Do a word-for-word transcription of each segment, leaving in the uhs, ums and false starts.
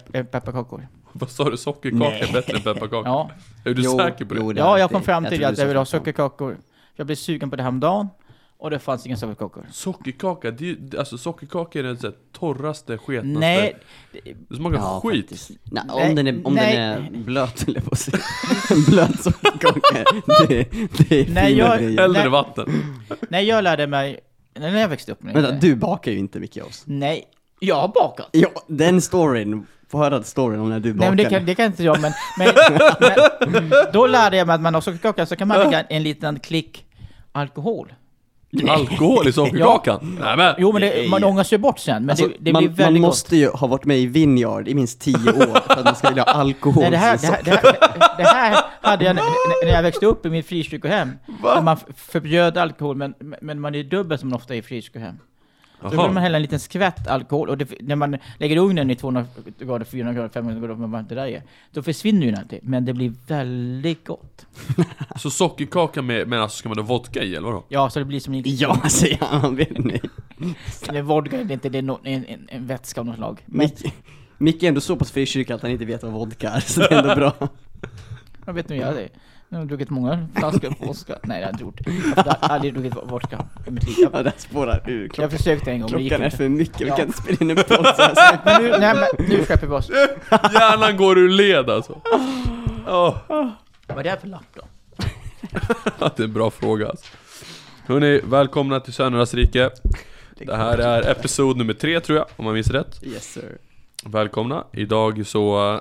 äh, pepparkakor. Vad sa du? Sockerkaka är bättre än pepparkakor? Ja. Är du Jo, säker på det? jo, det Ja, är jag kom det. fram Jag till tror att du jag vill ha sa sockerkakor. Jag blev sugen på det häromdagen. Och det fanns inga sockerkakor. Sockerkaka, det är ju, alltså sockerkaka är den så här torraste, sketnaste. Nej. Det smakar Ja, skit. faktiskt. Nej, Nej, om den är, om nej. den är blöt eller på sig. Blöt sockerkaka. Det, det är Nej, fina jag- grejer. Eller Nej. vatten. Nej, jag lärde mig... När jag växte upp. Vänta, du bakar ju inte, Micke oss. Nej, jag har bakat. Ja, den storyn. Få höra storyn om när du bakar. Nej, men det kan, det kan inte jag, men, men, men då lärde jag mig att man har sockerkaka så kan man lägga en liten klick alkohol. Alkohol i sockerkakan? Nej, men. Jo, men det, man ångar sig bort sen, men Alltså, det, det man, blir väldigt man gott. måste ju ha varit med i Vineyard i minst tio år för att man ska vilja ha alkohol. Nej, det här, det, här, det, här, det här hade jag n- när jag växte upp i mitt frikyrkohem. Där man f- förbjöd alkohol, men, men man är dubbel som man ofta är i frikyrkohem. Så då vill man hälla en liten skvätt alkohol, och det, när man lägger ugnen i tvåhundra grader, fyrahundra grader, femhundra grader, vad det där är, då försvinner ju alltid, men det blir väldigt gott. Så sockerkaka med, men alltså ska man ha vodka i eller vadå? Ja, så det blir som en Ja, säger han. Vet ni. eller vodka, det är inte det är no, en, en, en vätska av något slag. Men Micke, Micke är ändå så pass frikyrka att han inte vet vad vodka är, så det är ändå bra. jag vet inte hur jag är det. Jag har druckit många flaskor vodka. Nej, det har jag inte gjort. Jag har aldrig druckit vodka i mitt liv. Ja, Jag, det spårar ur. jag Klockan, försökte en gång, men det gick klockan är inte. för mycket, vi Ja. kan inte spela in en podd så här. Men nu, nej, men nu släpper vi oss. Hjärnan går ur led alltså. Oh. Vad är det här för lapp då? Det är en bra fråga alltså. Hörrni, välkomna till Sönernas rike. Det här är episod nummer tre tror jag, om man minns rätt. Yes sir. Välkomna. Idag så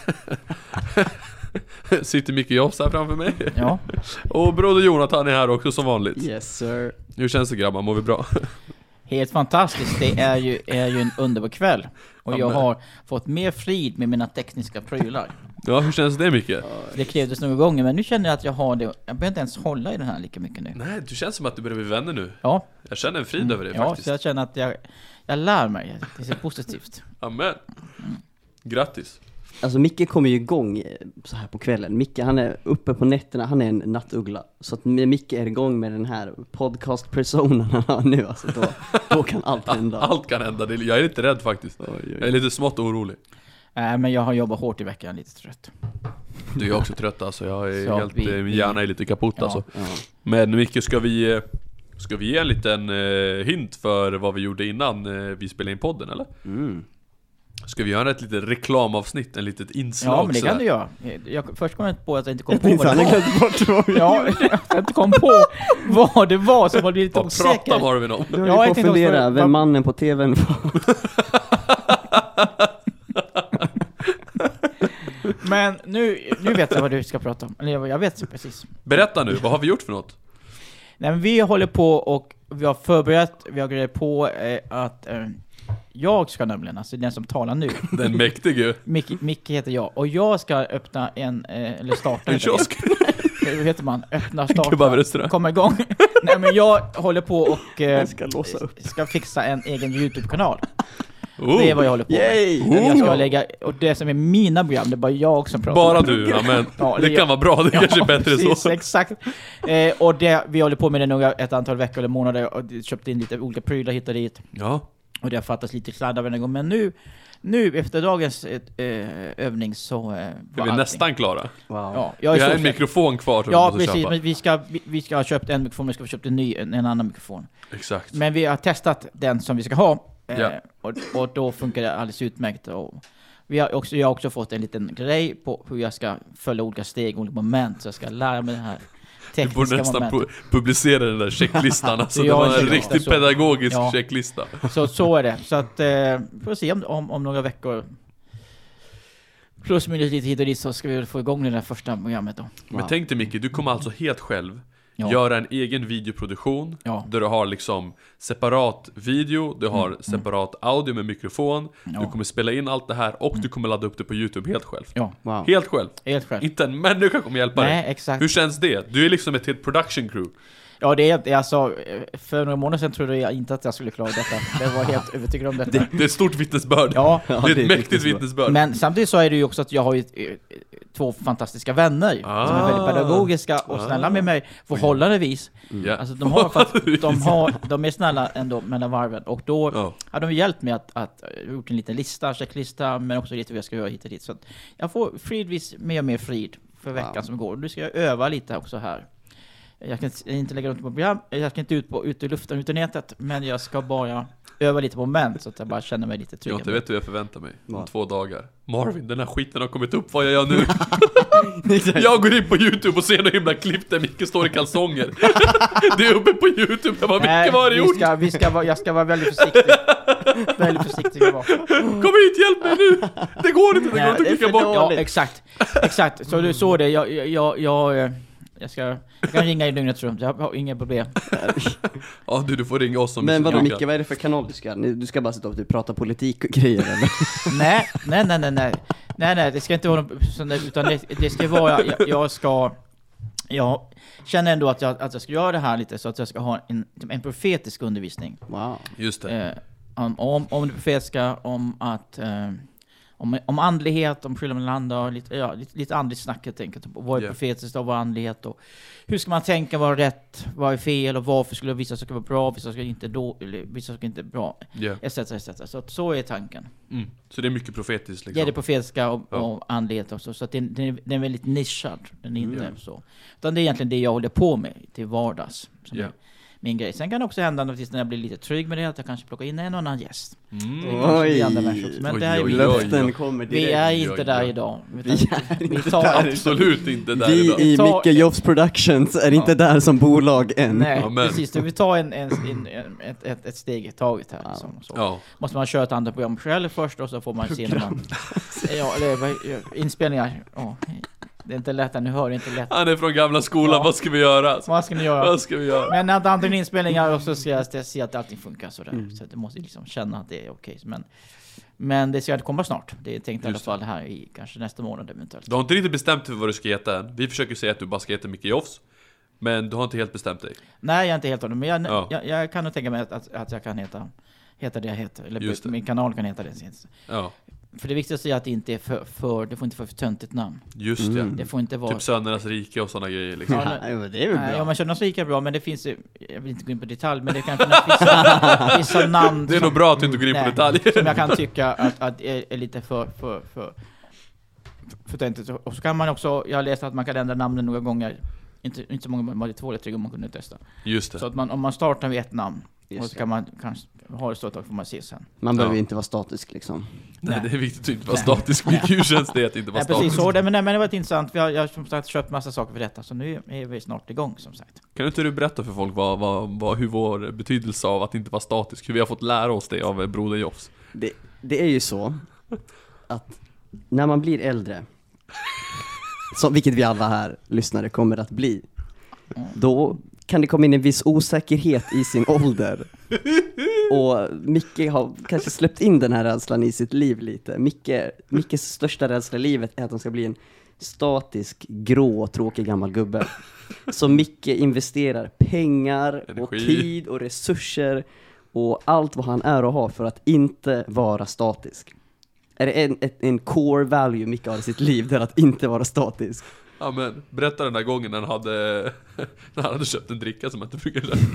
sitter Micke Jobs här framför mig. Ja. Och broder Jonathan är här också som vanligt. Yes sir. Hur känns det grabbar? Mår vi bra? Helt fantastiskt. Det är ju, är ju en underbar kväll. Och jag Amen. har fått mer frid med mina tekniska prylar. Ja, hur känns det Micke? Det krävdes några gånger, men nu känner jag att jag har det. Jag behöver inte ens hålla i den här lika mycket nu. Nej, du känns som att du börjar bli vänner nu. Ja, Jag känner en frid över det ja, faktiskt. så jag känner att jag, jag lär mig. Det är så positivt. Amen. Grattis. Alltså Micke kommer ju igång så här på kvällen. Micke, han är uppe på nätterna, han är en nattuggla. Så att när Micke är igång med den här podcast-personen han har nu, alltså då, då kan allt hända. Allt kan hända. Det- Jag är lite rädd faktiskt. Oj, oj. Jag är lite smått orolig. Nej, men jag har jobbat hårt i veckan, lite trött. Du är också trött alltså. Jag är Så helt, vi- eh, min hjärna är lite kaputt Ja. alltså. Ja. Men Micke, ska vi, eh, ska vi ge en liten eh, hint för vad vi gjorde innan eh, vi spelade in podden, eller? Mm. Ska vi göra ett litet reklamavsnitt, en litet inslag? Ja, men det kan sådär? du göra. Jag, först kom jag inte på att jag inte kom Jag på tänkte vad han det har var. glömt bort vad vi Ja, jag inte kom på vad det var som var lite Vad pratar osäker. Marvin om? Du Ja, har jag ju på tänkte att fundera, också- vem mannen på tvn var. Men nu, nu vet jag vad du ska prata om. Eller jag, jag vet så precis. Berätta nu, vad har vi gjort för något? Nej, men vi håller på och vi har förberett, vi har grejer på eh, att eh, jag ska nämligen, alltså den som talar nu, Den mäktige. Micke, Micke heter jag, och jag ska öppna en, eh, eller starta En kiosk. Hur heter man? Öppna, Kebabbrestaurang. starta, komma igång. Nej, men jag håller på och eh, Jag ska låsa upp. ska fixa en egen YouTube-kanal. Oh. Det är vad jag håller på med. Yay! Jag ska lägga, och det som är mina program, det är bara jag som pratar. Bara du, ja, men Ja, det det- kan vara bra, det kanske är bättre precis, så. exakt. Eh, och det, vi håller på med det några, ett antal veckor eller månader och köpt in lite olika prylar hit och dit. Ja, Och det har fattats lite sladdar varje gång. Men nu, nu efter dagens eh, övning så eh, är vi allting- nästan klara. Wow. Ja, jag Vi är har så en mikrofon kvar som Ja, vi måste precis. köpa. Men vi ska, vi, vi ska ha köpt en mikrofon, vi ska ha köpt en ny, en, en annan mikrofon. Exakt. Men vi har testat den som vi ska ha. Eh, Ja. och, och då funkar det alldeles utmärkt. Och vi har också, jag har också fått en liten grej på hur jag ska följa olika steg, olika moment. Så jag ska lära mig det här Du borde tekniska nästan momentet. pu- publicera den där checklistan. Alltså, Det det gör var en en checklista, riktigt så. pedagogisk Ja. checklista. Så, så är det. Så att, eh, får se om, om, om några veckor, plus minus lite hit och dit, så ska vi väl få igång det där första programmet då. Men Wow. tänk dig Micke, du kommer alltså helt själv Ja. göra en egen videoproduktion Ja. där du har liksom separat video, du har separat audio med mikrofon, Ja. du kommer spela in allt det här och du kommer ladda upp det på YouTube helt själv. Ja, Wow. Helt själv. helt själv. Inte en människa kommer hjälpa Nej, dig. exakt. Hur känns det? Du är liksom ett helt production crew. Ja, det är, det är alltså, eh, för några månader sedan trodde jag inte att jag skulle klara detta. Jag var helt övertygad om detta. Det är ett stort vittnesbörd. Ja, Det är det ett är mäktigt riktigt bra. vittnesbörd. men samtidigt så är det ju också att jag har ju eh, två fantastiska vänner Ah. som är väldigt pedagogiska och snälla med mig förhållandevis. Mm. Alltså de har faktiskt, de har, de är snälla ändå mellan varven, och då Ja. har de hjälpt mig att, att gjort en liten lista, checklista, men också lite vad jag ska göra hit och dit. Så att jag får fridvis mer och mer frid för veckan Wow. som går. Och nu ska jag öva lite också här. Jag kan inte lägga runt på program, jag ska inte ut på ut i luften, ut i nätet, men jag ska bara öva lite moment så att jag bara känner mig lite trygg. Jag inte vet hur jag förväntar mig om Vad? två dagar. Marvin, den här skiten har kommit upp, vad gör jag nu? Jag går in på YouTube och ser några himla klipp där Micke står i kalsonger. Det är uppe på YouTube, jag bara, Micke, vad har du vi gjort? ska, vi ska vara, jag ska vara väldigt försiktig. Väldigt försiktig att vara. Kom hit, hjälp mig nu! Det går inte, det går inte att klicka bort. Ja, exakt. Exakt, så du såg det. Jag, jag, jag, jag, ska, jag kan ringa i dygnets rum, jag har inga problem. Ja du, du får ringa oss om Men du vadå vill. Micke, vad är det för kanal du ska? Du ska bara sitta och typ prata politik och grejer eller? Nej, nej, nej, nej, nej. Nej, nej, det ska inte vara något sånt där, utan det, det ska vara, jag, jag ska, jag känner ändå att jag, att jag ska göra det här lite så att jag ska ha en, en profetisk undervisning. Wow. Just det. Eh, om, om, om det profetiska, om att eh, om, om andlighet, om skillnaden mellan andra, lite, ja, lite, lite andligt snack helt enkelt. Vad är Yeah. profetiskt och vad är andlighet, och hur ska man tänka, vad är rätt, vad är fel, och varför skulle vissa saker vara bra, vissa saker inte då, eller vissa saker inte bra, Yeah. et cetera et cetera. Så att så är tanken. Mm. Så det är mycket profetiskt Det är liksom. det profetiska och, Ja. och andlighet också, så att det, det, är- den är väldigt nischad, den är inte Mm. så. Utan det är egentligen det jag håller på med till vardags, som Ja. är min grej. Sen kan det också hända att när jag blir lite trygg med det, att jag kanske plockar in en och annan gäst. Mm. Det kanske Oj. blir andra människor också. Men Oj, det här är oj, vi, oj. Löften kommer vi direkt. är Oj, inte oj, där oj. idag. Vi Utan är vi inte tar där. Absolut inte där Vi idag. i Ta- Micke Jobs Productions är inte där som bolag än. Nej, Amen. precis. Så vi tar en, en, en, ett, ett, ett steg i taget här. Ja. Liksom, så. Ja. Måste man köra ett andra program själv först, och så får man se när man... Ja, eller vad- inspelningar. Ja, det är inte lätt, nu hör det inte lätt. Han är från gamla skolan, Ja. vad ska vi göra? Vad ska ni göra? Vad ska vi göra? Men att andra inspelningar, och så ska jag se att allting funkar sådär. Mm. Så det måste liksom känna att det är okej. Men, men det ska komma snart. Det är tänkt i alla Just fall här i kanske nästa månad eventuellt. Du har inte riktigt bestämt för vad du ska heta än. Vi försöker säga att du bara ska heta Micke Jofs. Men du har inte helt bestämt dig. Nej, jag är inte helt honom. Men jag, Ja. jag, jag kan nog tänka mig att, att, att jag kan heta, heta det jag heter. Eller Just det. min kanal kan heta det. Ja, För det viktigaste är att det inte är för, för det får inte vara för töntigt namn. just Mm. det. Det får inte vara... Typ Sönernas rike och sådana grejer liksom. Ja, Ja, men det är väl Nej, bra. ja, man känner sig lika bra, men det finns ju, jag vill inte gå in på detalj, men det kan finnas vissa, vissa namn Det är som, nog bra att du inte går in på Nej. detaljer. som jag kan tycka att, att är, är lite för, för, för, för töntigt. Och så kan man också, jag har läst att man kan ändra namnen några gånger. Inte, inte så många, man var lite två eller tre gånger man kunde testa. Just Så det. att man, om man startar med ett namn, Just och så det. kan man kanske ha det så ett tag, får man se sen. Man behöver Ja. ju inte vara statisk liksom. Nej, det är viktigt att inte vara Nej. statisk. Micke, hur känns det att inte vara Nej, precis statisk? så. Det, men, nej, men det var intressant. Vi har, jag har som sagt köpt massa saker för detta, så nu är vi snart igång som sagt. Kan inte du berätta för folk vad, vad, vad, hur vår betydelse av att inte vara statisk, hur vi har fått lära oss det av Broder Jofs? Det, det är ju så att när man blir äldre, så, vilket vi alla här lyssnare kommer att bli, då kan det komma in en viss osäkerhet i sin ålder. Och Micke har kanske släppt in den här rädslan i sitt liv lite. Micke, Mickes största rädsla i livet är att han ska bli en statisk, grå och tråkig gammal gubbe. Så Micke investerar pengar och Energi. tid och resurser och allt vad han är och har för att inte vara statisk. Är det en, ett, en core value Micke har i sitt liv, det är att inte vara statisk? Ja men, berätta den där gången när han hade, när han hade köpt en dricka som han inte brukar köpa.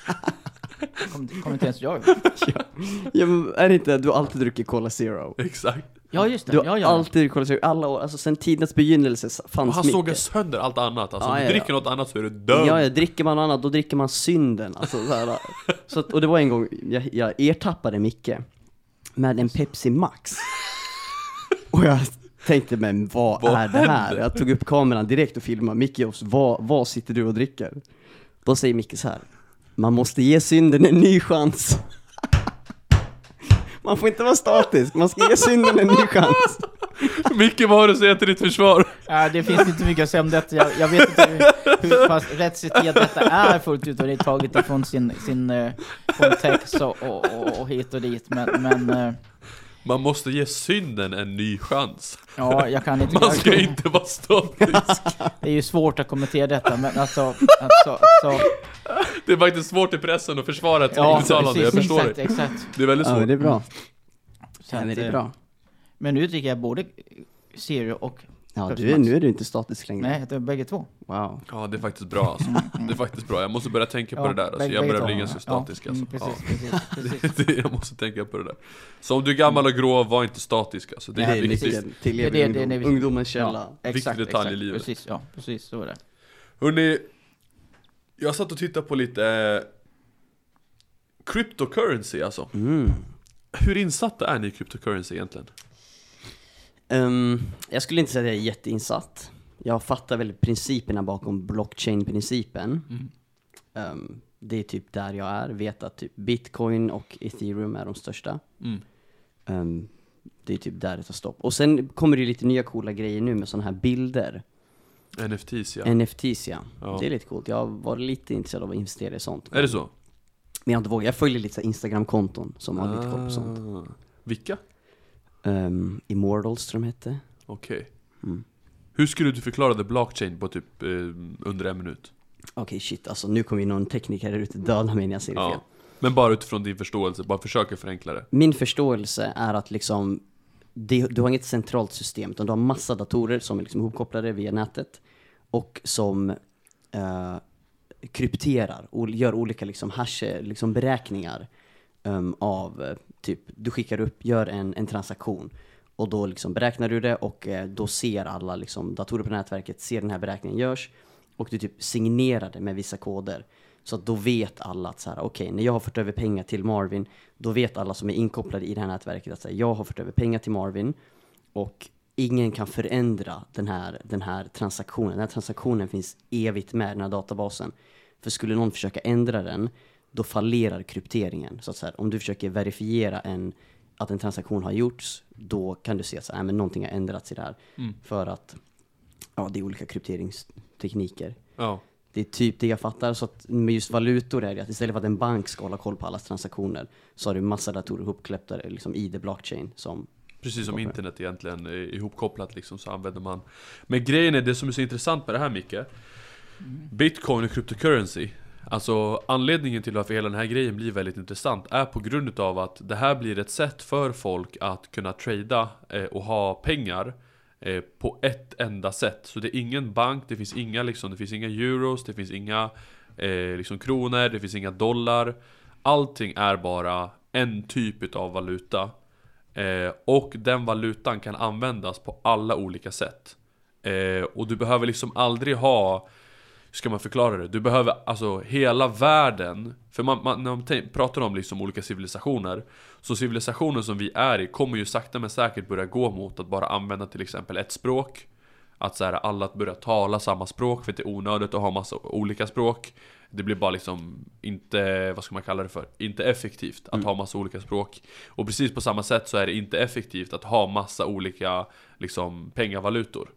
Kommer kom inte ens jag. Ja, men är det inte, du har alltid druckit Cola Zero. Exakt. Ja, just det. Du har Ja, ja. alltid druckit Cola Zero, alla år, alltså sen tidens begynnelse Och fanns han Micke. sågar sönder allt annat. Alltså, Ja, om ja, du ja. dricker något annat så är du död. Ja, ja, dricker man något annat, då dricker man synden. Alltså, så här, så att, och det var en gång, jag, jag ertappade Micke med en Pepsi Max. Och jag tänkte, men vad, Vad är det här? händer? Jag tog upp kameran direkt och filmade. Micke, vad, vad sitter du och dricker? Då säger Micke så här: man måste ge synden en ny chans. Man får inte vara statisk, man ska ge synden en ny chans. Micke, vad har du att säga till ditt försvar? Ja, det finns inte mycket att säga om detta. Jag, jag vet inte hur, hur pass rättsligt detta är fullt ut, och det är taget ifrån sin, sin uh, kontext och, och, och, och hit och dit. Men, men uh, Man måste ge synden en ny chans. ja, jag kan inte... Man ska inte vara statisk. Det är ju svårt att kommentera detta, men alltså... alltså, alltså Det är faktiskt svårt i pressen att försvara ett ja, uttalande, jag precis, förstår exakt, det. exakt. Det är väldigt Ja, svårt. men det är bra. Så Ja, att, men det är eh, bra. Men nu dricker jag både Zero och Ja, du är, nu är du inte statisk längre. Nej, det är bägge två. Wow. Ja, det är faktiskt bra alltså. Det är faktiskt bra. Jag måste börja tänka på Ja, det där. Alltså. bägge- Jag börjar bägge bli två. ganska statisk Ja, alltså. mm, precis, Ja. precis, precis. Det- jag måste tänka på det där. Så om du är gammal och grå, var inte statisk alltså. Det Det är är viktigt. nyckeln till Det är det- det är ungdom, det vi- ungdomens källa. Ja, exakt, Viktig detalj i exakt. livet. Precis, ja, precis, så är det. Hörrni, jag satt och tittade på lite eh, cryptocurrency alltså. Mm. Hur insatta är ni i cryptocurrency egentligen? Um, jag skulle inte säga att jag är jätteinsatt. Jag fattar väl principerna bakom blockchain-principen. Mm. Um, det är typ där jag är. Vet att typ Bitcoin och Ethereum är de största. Mm. Um, det är typ där det tar stopp. Och sen kommer det ju lite nya coola grejer nu med sådana här bilder. N F Ts ja. N F Ts ja. Ja. Det är lite coolt. Jag var lite intresserad av att investera i sånt. Är det så? Men jag har inte vågat. Jag följer lite så här Instagram-konton som har lite koll på sånt. Ah. Vilka? Um, Immortals tror de hette. Okej. Mm. Hur skulle du förklara the blockchain på typ eh, under en minut? Okej, okay, shit. Alltså nu kommer ju någon tekniker här ute döda mig när jag säger det fel. Ja. Men bara utifrån din förståelse, bara försöka förenkla det. Min förståelse är att liksom det, du har inget centralt system, utan du har massa datorer som är liksom ihopkopplade via nätet och som uh, krypterar och gör olika liksom hash, liksom beräkningar um, av uh, typ, du skickar upp, gör en, en transaktion och då liksom beräknar du det och uh, då ser alla liksom, datorer på nätverket, ser den här beräkningen görs och du typ signerar det med vissa koder. Så att då vet alla att så här, okej, okay, när jag har fått över pengar till Marvin, då vet alla som är inkopplade i det här nätverket att så här, jag har fått över pengar till Marvin och ingen kan förändra den här, den här transaktionen. Den här transaktionen finns evigt med i den här databasen. För skulle någon försöka ändra den, då fallerar krypteringen. Så att så här, om du försöker verifiera en, att en transaktion har gjorts, då kan du se att så här, men någonting har ändrats i det här. Mm. För att ja, det är olika krypteringstekniker. Ja. Det är typ det jag fattar. Så att med just valutor är det att istället för att en bank ska hålla koll på alla transaktioner så har du massa datorer ihopkläppta liksom i the blockchain som... Precis som internet egentligen är ihopkopplat liksom, så använder man. Men grejen är det som är så intressant med det här, Micke. Bitcoin och cryptocurrency. Alltså anledningen till varför hela den här grejen blir väldigt intressant är på grund av att det här blir ett sätt för folk att kunna trada eh, och ha pengar eh, på ett enda sätt. Så det är ingen bank, det finns inga liksom, det finns inga euros, det finns inga eh, liksom kronor, det finns inga dollar. Allting är bara en typ av valuta. Eh, och den valutan kan användas på alla olika sätt. Eh, och du behöver liksom aldrig ha, hur ska man förklara det? Du behöver alltså hela världen. För man, man, när man t- pratar om liksom olika civilisationer, så civilisationen som vi är i kommer ju sakta men säkert börja gå mot att bara använda till exempel ett språk. Att så här, alla börjar tala samma språk, för det är onödigt att ha massa olika språk. Det blir bara liksom inte, vad ska man kalla det för? Inte effektivt att mm. ha massa olika språk. Och precis på samma sätt så är det inte effektivt att ha massa olika liksom pengavalutor.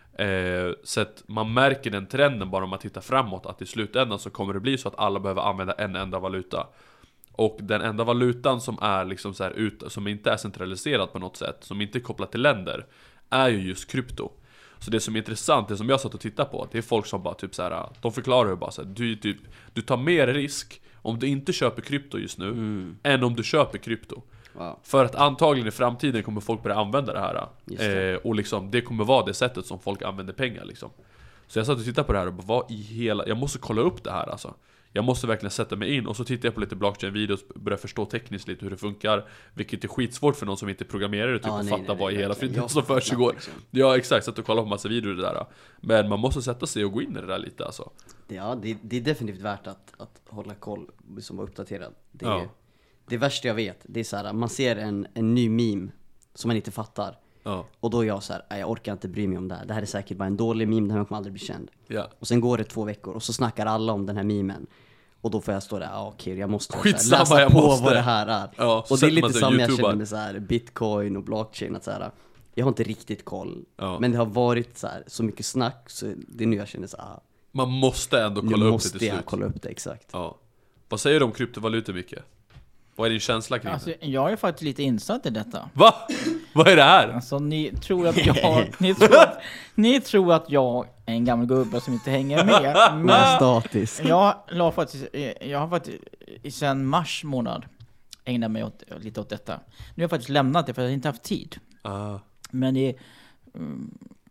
Eh, så att man märker den trenden bara om man tittar framåt, att i slutändan så kommer det bli så att alla behöver använda en enda valuta. Och den enda valutan som är liksom så här ut, som inte är centraliserad på något sätt, som inte är kopplad till länder, är ju just krypto. Så det som är intressant, det som jag satt och tittade på, det är folk som bara typ så här, de förklarar ju bara så här, du, typ, du tar mer risk om du inte köper krypto just nu mm. än om du köper krypto. Wow. För att antagligen i framtiden kommer folk börja använda det här. Det. Eh, och liksom, det kommer vara det sättet som folk använder pengar liksom. Så jag satt och tittade på det här och bara, vad i hela... Jag måste kolla upp det här alltså. Jag måste verkligen sätta mig in. Och så tittade jag på lite blockchain-videos, började förstå tekniskt lite hur det funkar. Vilket är skitsvårt för någon som inte programmerar typ, ah, och fattar vad i hela friden som försiggår. Liksom. Ja, exakt. Satt och kollade på massa videor det där. Men man måste sätta sig och gå in i det där lite alltså. Ja, det, det är definitivt värt att, att hålla koll, som var uppdaterad. Det är... Ja. Det värsta jag vet, det är så här, man ser en, en ny meme som man inte fattar. Ja. Och då är jag så här, jag orkar inte bry mig om det här. Det här är säkert bara en dålig meme, den här kommer aldrig bli känd. Ja. Och sen går det två veckor och så snackar alla om den här memen. Och då får jag stå där, ja ah, okej, okay, jag måste Skitsamma, läsa jag på måste. vad det här är. Ja, och det är lite samma jag känner med så här, Bitcoin och blockchain. Att så här, jag har inte riktigt koll. Ja. Men det har varit så här, så mycket snack, så det är nu jag känner så här, ah, man måste ändå kolla upp det till slut. Jag kolla upp det, exakt. Ja. Vad säger du om kryptovalutor, mycket? Vad är din känsla kring alltså, det? Jag är faktiskt lite insatt i detta. Va? Vad är det här? Alltså, ni tror att jag ni tror att, ni tror att jag är en gammal gubbe som inte hänger med. Men statisk. Jag, la faktiskt, jag har faktiskt sedan mars månad ägnat mig åt, lite åt detta. Nu har jag faktiskt lämnat det för jag har inte haft tid. Ah. Men det,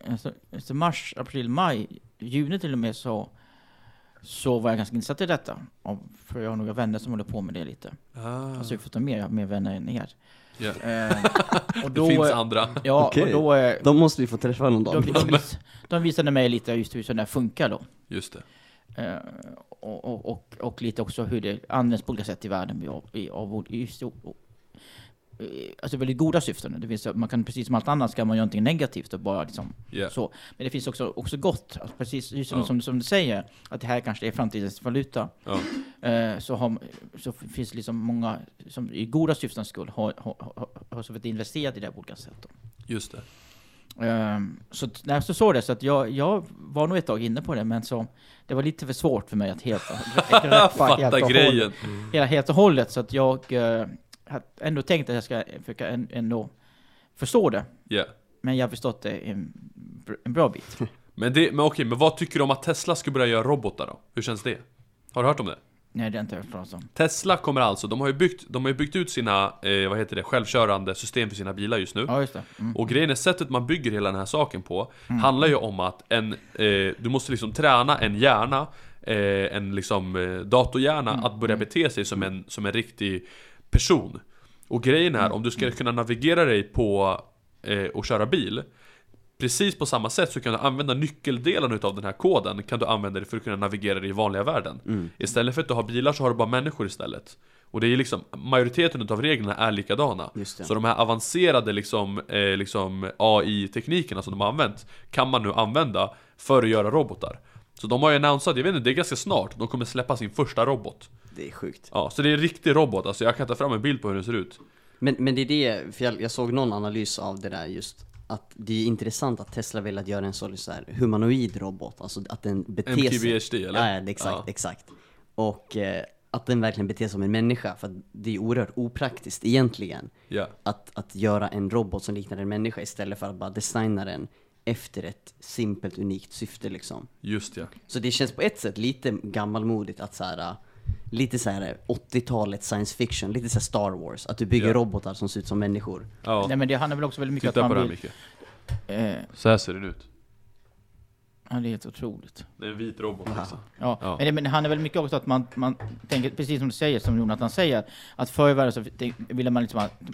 så, så mars, april, maj, juni till och med så, så var jag ganska insatt i detta. Och för jag har några vänner som håller på med det lite. Ah. Alltså jag får ta med, jag har mer vänner än er. Yeah. Eh, och då, det finns andra. Ja, okay. och då... Eh, de måste vi få träffa någon dag. De, de, vis, de visade mig lite just hur det funkar då. Just det. Eh, och, och, och, och lite också hur det används på olika sätt i världen. I, i, av, i, alltså väldigt goda syften. Det finns, man kan, precis som allt annat ska man göra någonting negativt och bara liksom yeah. så. Men det finns också, också gott. Alltså precis just ja. som, som du säger, att det här kanske är framtidens valuta. Ja. Eh, så, har, så finns det liksom många som i goda syftens skull har, har, har, har så investerat i det här på olika sätt. Då. Just det. Um, så när jag så såg det så att jag, jag var nog ett tag inne på det, men så det var lite för svårt för mig att helt fatta helt grejen mm. hela helt och hållet, så att jag uh, hade ändå tänkt att jag ska försöka ändå förstå det. Yeah. Men jag har förstått det en, en bra bit. Men, det, men okej, men vad tycker du om att Tesla ska börja göra robotar då? Hur känns det? Har du hört om det? Nej, det är inte hört talas om. Tesla kommer alltså, de har ju byggt, de har ju byggt ut sina, eh, vad heter det, självkörande system för sina bilar just nu. Ja, just det. Mm. Och grejen är, sättet man bygger hela den här saken på mm. handlar ju om att en, eh, du måste liksom träna en hjärna, eh, en liksom eh, datorhjärna mm. att börja bete sig som en, som en riktig person. Och grejen är, mm. om du ska kunna navigera dig på eh, och köra bil, precis på samma sätt så kan du använda nyckeldelen av den här koden, kan du använda det för att kunna navigera dig i vanliga världen. Mm. Istället för att du har bilar så har du bara människor istället. Och det är liksom, majoriteten av reglerna är likadana. Så de här avancerade liksom, eh, liksom A I-teknikerna som de har använt kan man nu använda för att göra robotar. Så de har ju annonsat, jag vet inte, det är ganska snart, de kommer släppa sin första robot. Det är sjukt. Ja, så det är en riktig robot, alltså jag kan ta fram en bild på hur den ser ut. Men, men det är det, för jag, jag såg någon analys av det där just, att det är intressant att Tesla vill att göra en sån så här humanoid robot, alltså att den beter sig... M K B H D eller? Ja, det, exakt, ja. exakt. Och eh, att den verkligen beter sig som en människa, för att det är oerhört opraktiskt egentligen. Yeah. Att, att göra en robot som liknar en människa istället för att bara designa den efter ett simpelt, unikt syfte liksom. Just ja. Så det känns på ett sätt lite gammalmodigt att så här, lite så här åttiotalet science fiction, lite så här Star Wars, att du bygger yeah. robotar som ser ut som människor. Ja. Nej, men det handlar väl också väldigt mycket Titta att man på vill... Eh, så här ser den ut. Ja, det är helt otroligt. Det är en vit robot alltså. Ja, ja. Men, det, men det handlar väl mycket också att man, man tänker, precis som du säger, som Jonathan säger, att förr i världen så ville man liksom att,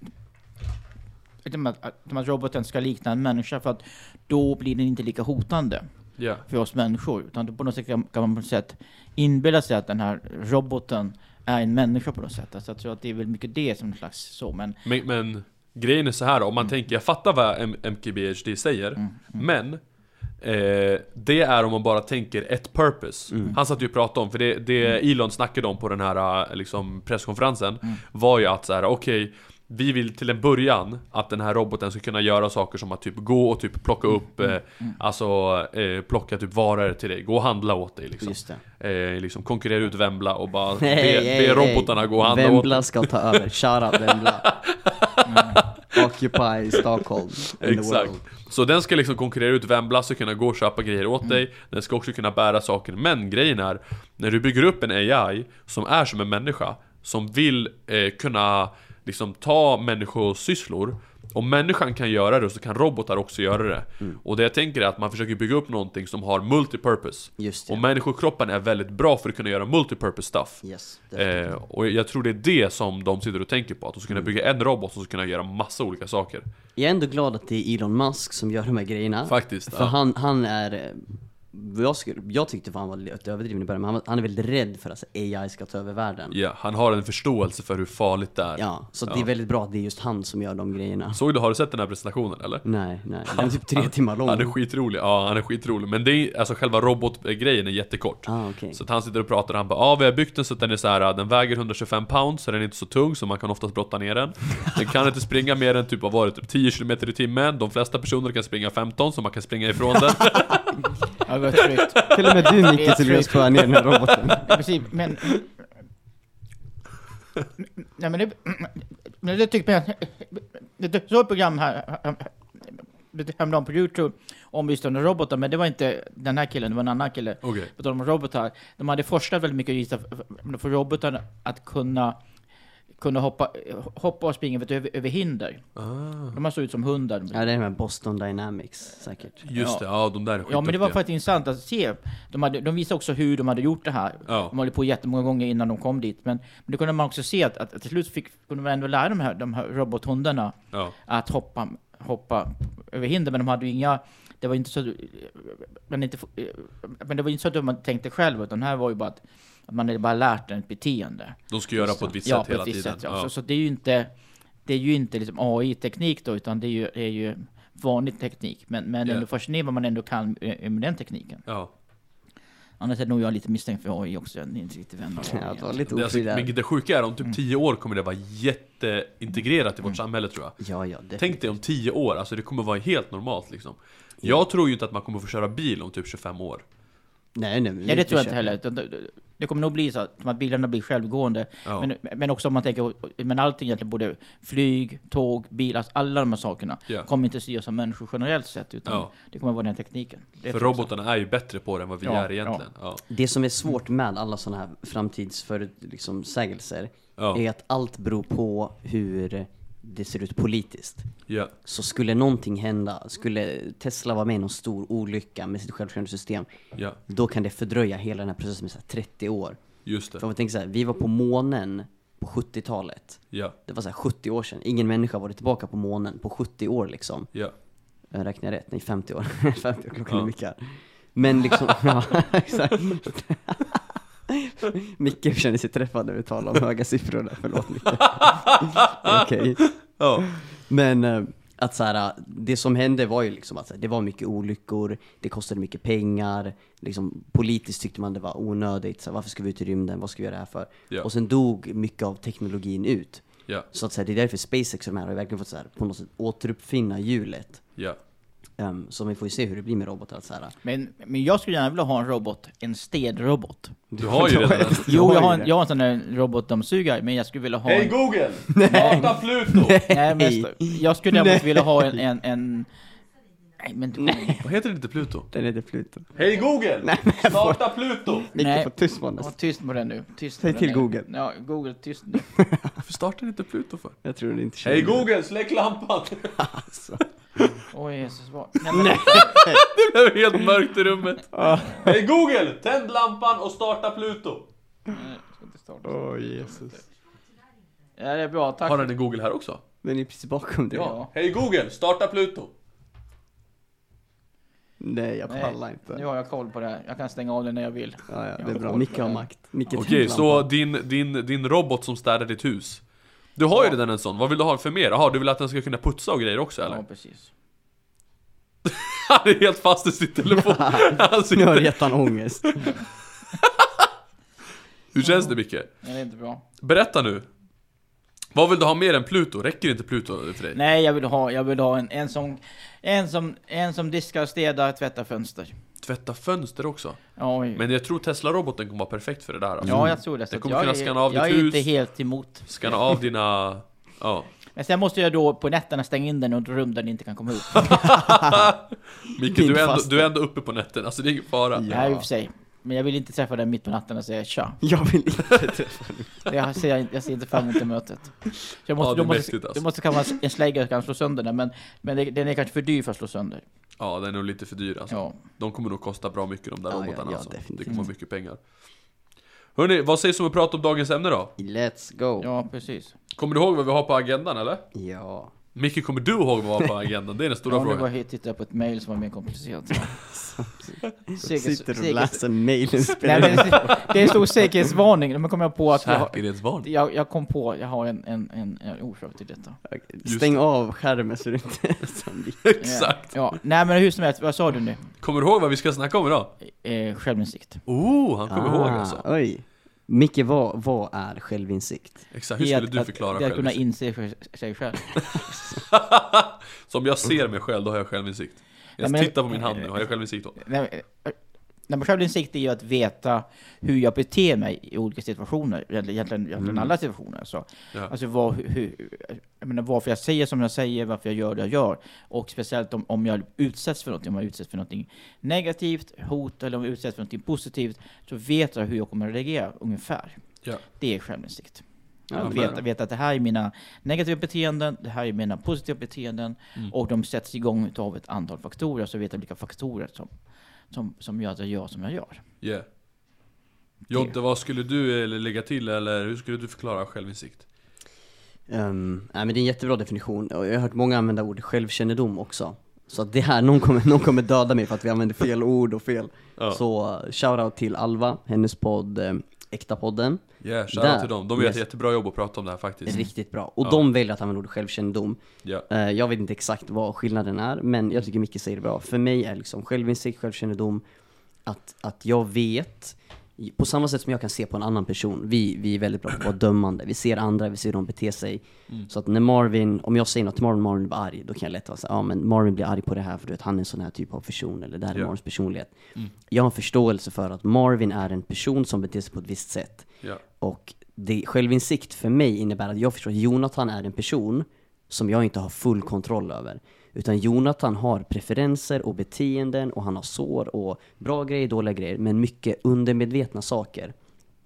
att, att, att roboten ska likna en människa, för att då blir den inte lika hotande yeah. för oss människor. Utan på något sätt kan, kan man på något sätt inbilla sig att den här roboten är en människa på något sätt. Alltså jag tror att det är väl mycket det som en slags så. Men, men, men grejen är så här, om man mm. tänker, jag fattar vad M K B H D säger, mm. Mm. men eh, det är om man bara tänker ett purpose. Mm. Han satt ju och pratade om, för det, det mm. Elon snackade om på den här liksom, presskonferensen mm. var ju att så här, okej, okay, vi vill till en början att den här roboten ska kunna göra saker som att typ gå och typ plocka upp mm. eh, alltså eh, plocka typ varor till dig, gå och handla åt dig liksom. Just det. Eh, liksom konkurrera ut Vembla och bara hey, be, hey, be robotarna hey. gå och handla Vembla åt. ska ta över, shout out Vembla. mm. Occupy Stockholm. Exakt. Så den ska liksom konkurrera ut Vembla, så kunna gå och köpa grejer åt mm. dig. Den ska också kunna bära saker. Men grejen är, när du bygger upp en A I som är som en människa, som vill eh, kunna liksom ta människors sysslor, om människan kan göra det så kan robotar också göra det. Mm. Och det jag tänker är att man försöker bygga upp någonting som har multipurpose. Just det. Och människokroppen är väldigt bra för att kunna göra multipurpose stuff. Yes, eh, och jag tror det är det som de sitter och tänker på, att de ska kunna mm. bygga en robot som ska kunna göra massa olika saker. Jag är ändå glad att det är Elon Musk som gör de här grejerna. Faktiskt. För ja. han, han är... Jag, skulle, jag tyckte fan han var lite överdriven i början, men han, han är väldigt rädd för att A I ska ta över världen. Ja, han har en förståelse för hur farligt det är. Ja, så ja. det är väldigt bra att det är just han som gör de grejerna. Såg du, har du sett den här presentationen eller? Nej, nej. Den är typ tre timmar lång. Han är skitrolig, ja han är skitrolig. Men det är, alltså själva robotgrejen är jättekort. Ah, okay. Så att han sitter och pratar och han bara, ja ah, vi har byggt den så att den är så här, den väger hundratjugofem pounds, så den är inte så tung så man kan oftast brotta ner den. Den kan inte springa mer än typ, vad var det, typ tio kilometer i timmen. De flesta personer kan springa femton, så man kan springa ifrån den. Ja, det var tryggt. Till och med du Nicke till att spöa ner den här roboten. Ja, precis, men... Nej, men det... Men det tycker jag... Det så ett program här... Häromdagen på YouTube om just den robotar, men det var inte den här killen, det var en annan kille. Okay. På de robotar. De hade forskat väldigt mycket just för robotar att kunna kunna hoppa, hoppa och springa över, över hinder. Ah. De har så ut som hundar. Ja, det är med Boston Dynamics säkert. Just det, ja de där är Ja, men det var faktiskt intressant att se. De, hade, de visade också hur de hade gjort det här. Ja. De hade på jättemånga gånger innan de kom dit. Men, men det kunde man också se att, att till slut fick, kunde man ändå lära de här, de här robothundarna ja. att hoppa, hoppa över hinder. Men de hade ju inga... Det var inte så... Men, inte, men det var inte så att man tänkte själv. Utan det här var ju bara att, att man hade bara lärt den ett beteende. De ska göra på ett visst ja, sätt hela på ett visst tiden. Sätt, ja. Ja. Så, så det är ju inte... Det är ju inte liksom A I-teknik då, utan det är ju, är ju vanlig teknik. Men, men Yeah. ändå fascinerande vad man ändå kan med den tekniken. Ja. Annars är nog jag lite misstänkt för A I också. Jag är inte riktigt vän av A I. Ja, det var lite Det, är alltså, ofri där. men det sjuka är om typ Mm. tio år kommer det vara jätteintegrerat i vårt samhälle tror jag. Ja, ja, det. Tänk dig om tio år, alltså det kommer vara helt normalt liksom. Jag tror ju inte att man kommer få köra bil om typ tjugofem år. Nej, nej, men Nej, det tror jag vi inte heller. Utan det- Det kommer nog bli så att att bilarna blir självgående. Ja. Men, men också om man tänker, men allting egentligen, både flyg, tåg, bil, alltså alla de här sakerna Ja. kommer inte styras av människor generellt sett, utan Ja. det kommer vara den tekniken. Det För tror jag också. robotarna är ju bättre på det än vad vi Ja, är egentligen. Ja. Det som är svårt med alla sådana här framtidsförutsägelser liksom, sägelser, Ja. är att allt beror på hur det ser ut politiskt. Ja. Så skulle någonting hända, skulle Tesla vara med i någon stor olycka med sitt självkörande system, Ja. då kan det fördröja hela den här processen med så här trettio år. Just För det. om man tänker så här, vi var på månen på sjuttiotalet. Ja. Det var så här sjuttio år sedan. Ingen människa har varit tillbaka på månen på sjuttio år liksom. Ja. Jag räknar rätt, nej femtio år. femtio år, klockan Ja. är mycket här. Men liksom, ja, exakt. Micke känner sig träffad när vi talar om höga siffror där, förlåt Micke. Okej. Ja. Men eh, att så här, det som hände var ju liksom att så här, det var mycket olyckor, det kostade mycket pengar, liksom, politiskt tyckte man det var onödigt, så här, varför ska vi ut i rymden, vad ska vi göra det här för? Ja. Och sen dog mycket av teknologin ut. Ja. Så att så här, det är därför SpaceX och de här har verkligen fått så här, på något sätt återuppfinna hjulet. Ja. Um, så vi får ju se hur det blir med robotar. Så här. Men, men jag skulle gärna vilja ha en robot, en städrobot. Du har ju redan en. Jo, jag har, har en, ju jag har en sån där robotdammsugare, men jag skulle vilja ha Hej en... Google! Starta Pluto! Nej, men jag skulle däremot vilja ha en... en, en nej, men... Nej. Vad heter det inte Pluto? Den heter Pluto. Hej Google! Starta Pluto! Micke Nej. får tyst på Ja, oss. tyst på den nu. Tyst Säg på till den nu. Google. Ja, Google, tyst nu. Varför startar inte Pluto för? Jag tror det inte känner. Hej Google, släck lampan! Alltså. Oj, Jesus, vad... Nej, men... Det blev helt mörkt i rummet. Hej Google, tänd lampan och starta Pluto! Nej, jag ska inte starta. Åh Jesus. Ja, det är bra, tack. Har den en Google här också? Den är precis bakom dig. Ja. Hej Google, starta Pluto! Nej, jag Nej, pallar inte. Nu har jag koll på det här. Jag kan stänga av den när jag vill. Ja, ja, Jag det är har bra. koll Micke på har det. makt. Micke Okej, tänder så lampan. din, din, din robot som städar ditt hus. Du har ju Ja. redan en sån, vad vill du ha för mer? Jaha, du vill att den ska kunna putsa och grejer också eller? Ja, precis. Han är helt fast i sin telefon. Han Nu har sitter... gett han ångest. Hur känns det Micke? Nej, det är inte bra. Berätta nu. Vad vill du ha mer än Pluto? Räcker inte Pluto för dig? Nej, jag vill ha, jag vill ha en, en, som, en, som, en som diskar, städar, tvättar fönster. Tvätta fönster också. Oj. Men jag tror Tesla-roboten kommer vara perfekt för det där alltså. Ja, jag tror det. Så Det att kommer jag, kunna är- skanna av jag ditt är hus. inte helt emot. Skanna av dina... Ja. Men sen måste jag då på nätterna stänga in den och ett rum där den inte kan komma ut. Micke, du är, ändå, Fast- du är ändå uppe på nätten, alltså det är ingen fara. Ja. Nej, i och för sig. Men jag vill inte träffa den mitt på natten och säga tja. Jag vill inte träffa dig. Jag ser, jag ser inte fram emot det mötet. Så jag måste, Ja, det är då måste, mäktigt, alltså. då måste kan man en slägga kan slå sönder den, men, men det, den är kanske för dyr för att slå sönder. Ja, den är nog lite för dyr alltså. Ja. De kommer nog kosta bra mycket de där Ja, ja, robotarna ja, alltså. Det definitivt. kommer vara mycket pengar. Hörrni, vad sägs om att prata om dagens ämne då? Let's go. Ja, precis. Kommer du ihåg vad vi har på agendan eller? Ja. Micke, kommer du ihåg vad vi har på agendan? Det är den stora Ja, nu var frågan. jag tittade på ett mail som var mer komplicerat. Säkert- Sitter och säkert- läser mailen. Nej, men det, det är en stor säkerhetsvarning. Men kom jag på att jag, har- Säkerhetsvarning. jag, jag kom på jag har en, en, en, en orsak till detta. Stäng av skärmen så du inte som Exakt. Ja, nej men hur som helst, vad sa du nu? Kommer du ihåg vad vi ska snacka om idag? Eh, självinsikt. Oh, han kommer ihåg alltså. Oj. Micke, vad, vad är självinsikt? Exakt, hur Det är skulle att- du att- förklara det är att kunna självinsikt? inse sig själv. Så om jag ser mig själv, då har jag självinsikt. Jag Nej, men- tittar på min hand nu, har jag självinsikt då? Nej, eh, nej, men självinsikt är ju att veta hur jag beter mig i olika situationer, egentligen, egentligen Mm. alla situationer. Så. Ja. Alltså vad, hur, hur, jag menar, varför jag säger som jag säger, varför jag gör det jag gör. Och speciellt om, om jag utsätts för något, om jag utsätts för något negativt, hot, eller om jag utsätts för något positivt, så vet jag hur jag kommer att reagera ungefär. Ja. Det är självinsikt. Ja, vet, vet att det här är mina negativa beteenden, det här är mina positiva beteenden mm. och de sätts igång av ett antal faktorer, så vet jag vilka faktorer som, som, som gör att jag gör som jag gör. Yeah. Jonte, vad skulle du lägga till, eller hur skulle du förklara självinsikt? Um, nej, men det är en jättebra definition, och jag har hört många använda ord självkännedom också. Så att det här, någon kommer, någon kommer döda mig för att vi använder fel ord och fel. Ja. Så shoutout till Alva, hennes podd eh, Äkta podden. Ja, yeah, shoutout till dem. De gör ett jättebra jobb att prata om det här faktiskt. Riktigt bra. Och ja. de väljer att använda ordet självkännedom. Ja. Uh, jag vet inte exakt vad skillnaden är, men jag tycker Micke säger det bra. För mig är liksom självinsikt, självkännedom att, att jag vet, på samma sätt som jag kan se på en annan person. Vi, vi är väldigt bra på att vara dömande. Vi ser andra, vi ser hur de beter sig. Mm. Så att när Marvin, om jag säger något till Marvin, Marvin blir arg, då kan jag lätt vara så ja men Marvin blir arg på det här för du vet, han är en sån här typ av person, eller det här är yeah. Marvins personlighet. Mm. Jag har en förståelse för att Marvin är en person som beter sig på ett visst sätt. Yeah. Och det, självinsikt för mig innebär att jag förstår att Jonathan är en person som jag inte har full kontroll över. Utan Jonathan har preferenser och beteenden, och han har sår och bra grejer, dåliga grejer, men mycket undermedvetna saker.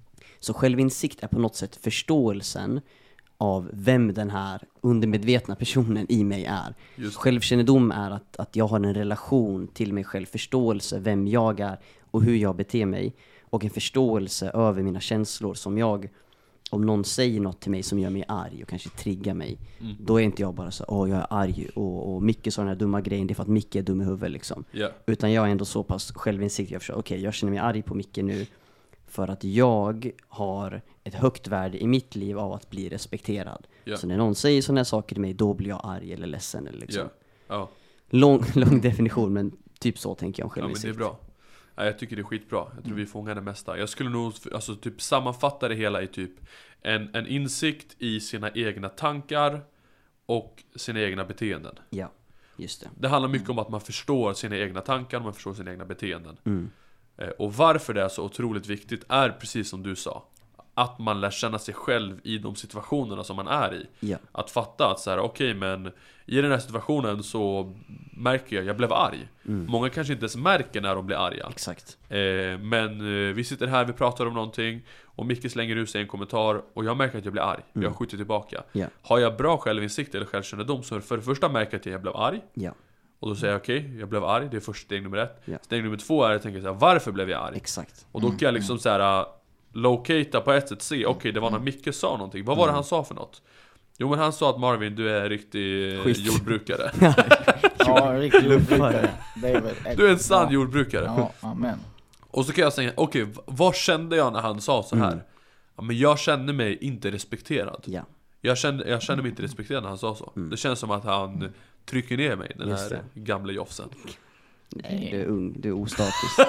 Så självinsikt är på något sätt förståelsen av vem den här undermedvetna personen i mig är. Just. Självkännedom är att, att jag har en relation till mig själv, förståelse vem jag är och hur jag beter mig, och en förståelse över mina känslor som jag, om någon säger något till mig som gör mig arg och kanske triggar mig, mm. då är inte jag bara så, åh jag är arg och, och Micke sa den här dumma grejen, det är för att Micke är dum i huvudet liksom. Yeah. Utan jag är ändå så pass självinsikt, jag förstår, okej okay, jag känner mig arg på Micke nu för att jag har ett högt värde i mitt liv av att bli respekterad. Yeah. Så när någon säger sådana här saker till mig, då blir jag arg eller ledsen eller liksom. Yeah. Oh. Lång, lång definition, men typ så tänker jag om självinsikt. Ja, men det är bra. Ja, jag tycker det är skitbra. Jag tror mm. vi fångar det mesta. Jag skulle nog alltså, typ sammanfatta det hela i typ en, en insikt i sina egna tankar och sina egna beteenden. Ja, just det. Det handlar mycket om att man förstår sina egna tankar och man förstår sina egna beteenden. Mm. Eh, och varför det är så otroligt viktigt är precis som du sa. Att man lär känna sig själv i de situationerna som man är i. Ja. Att fatta att så här, okej, okay, men i den här situationen så märker jag, jag blev arg. Mm. Många kanske inte ens märker när de blir arga. Exakt. Eh, men eh, vi sitter här, vi pratar om någonting och Micke slänger ut sig en kommentar och jag märker att jag blir arg. Mm. Jag skjuter tillbaka. Yeah. Har jag bra självinsikt eller självkännedom så för det första märker jag att jag blev arg. Yeah. Och då säger jag okej, okay, jag blev arg, det är första steg nummer ett. Yeah. Steg nummer två är att tänka så här, varför blev jag arg? Exakt. Och då kan jag liksom så här locata på ett sätt, se, okej okay, det var när Micke sa någonting. Vad var det han sa för något? Jo, men han sa att Marvin, du är riktig Skit. jordbrukare. Ja, riktig jordbrukare. Det är väl ett... Du är en sann ja. jordbrukare. Ja, amen. Och så kan jag säga, okej, okay, vad kände jag när han sa så här? Mm. Ja, men jag kände mig inte respekterad. Ja. Jag kände, jag kände mig inte respekterad när han sa så. Mm. Det känns som att han trycker ner mig, den Just här det. gamla Jofsen. Nej, du är ung, du är ostatisk.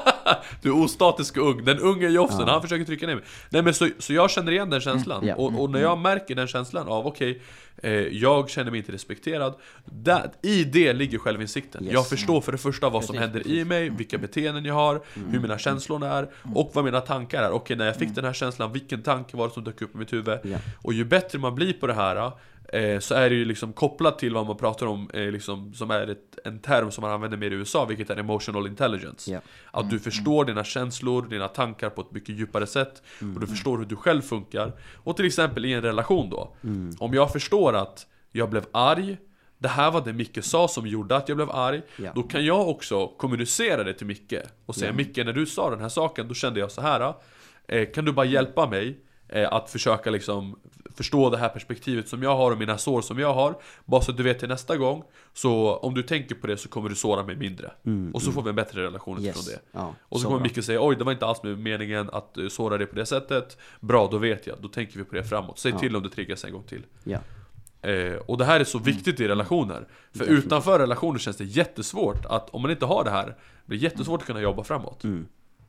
Du är ostatisk och ung. Den unga Jofsen, ja. han försöker trycka ner mig. Nej, men så, så jag känner igen den känslan. Ja. Och, och när jag märker den känslan av okej, okay, eh, jag känner mig inte respekterad, där, i det ligger självinsikten. Yes. Jag förstår för det första vad som precis, händer precis. i mig, vilka beteenden jag har, mm. hur mina känslor är och vad mina tankar är. Okej, okay, när jag fick mm. den här känslan, vilken tanke var det som dök upp i mitt huvud? Ja. Och ju bättre man blir på det här, eh, så är det ju liksom kopplat till vad man pratar om, eh, liksom, som är ett, en term som man använder mer i U S A, vilket är emotional intelligence. Ja. Att du förstår dina känslor, dina tankar på ett mycket djupare sätt. Mm. Och du förstår hur du själv funkar. Och till exempel i en relation då. Mm. Om jag förstår att jag blev arg, det här var det Micke sa som gjorde att jag blev arg. Ja. Då kan jag också kommunicera det till Micke. Och säga, ja. Micke, när du sa den här saken, då kände jag så här. Eh, kan du bara hjälpa mig eh, att försöka liksom förstå det här perspektivet som jag har och mina sår som jag har, bara så att du vet till nästa gång, så om du tänker på det så kommer du såra mig mindre. Mm, och så mm. får vi en bättre relation yes. från det. Ja, och så, så kommer Micke säga, oj, det var inte alls med meningen att uh, såra dig på det sättet. Bra, då vet jag. Då tänker vi på det framåt. Säg ja. till om det triggas en gång till. Ja. Eh, och det här är så viktigt i relationer. För Definitivt. utanför relationer känns det jättesvårt att, om man inte har det här, blir det jättesvårt att kunna jobba framåt. Mm.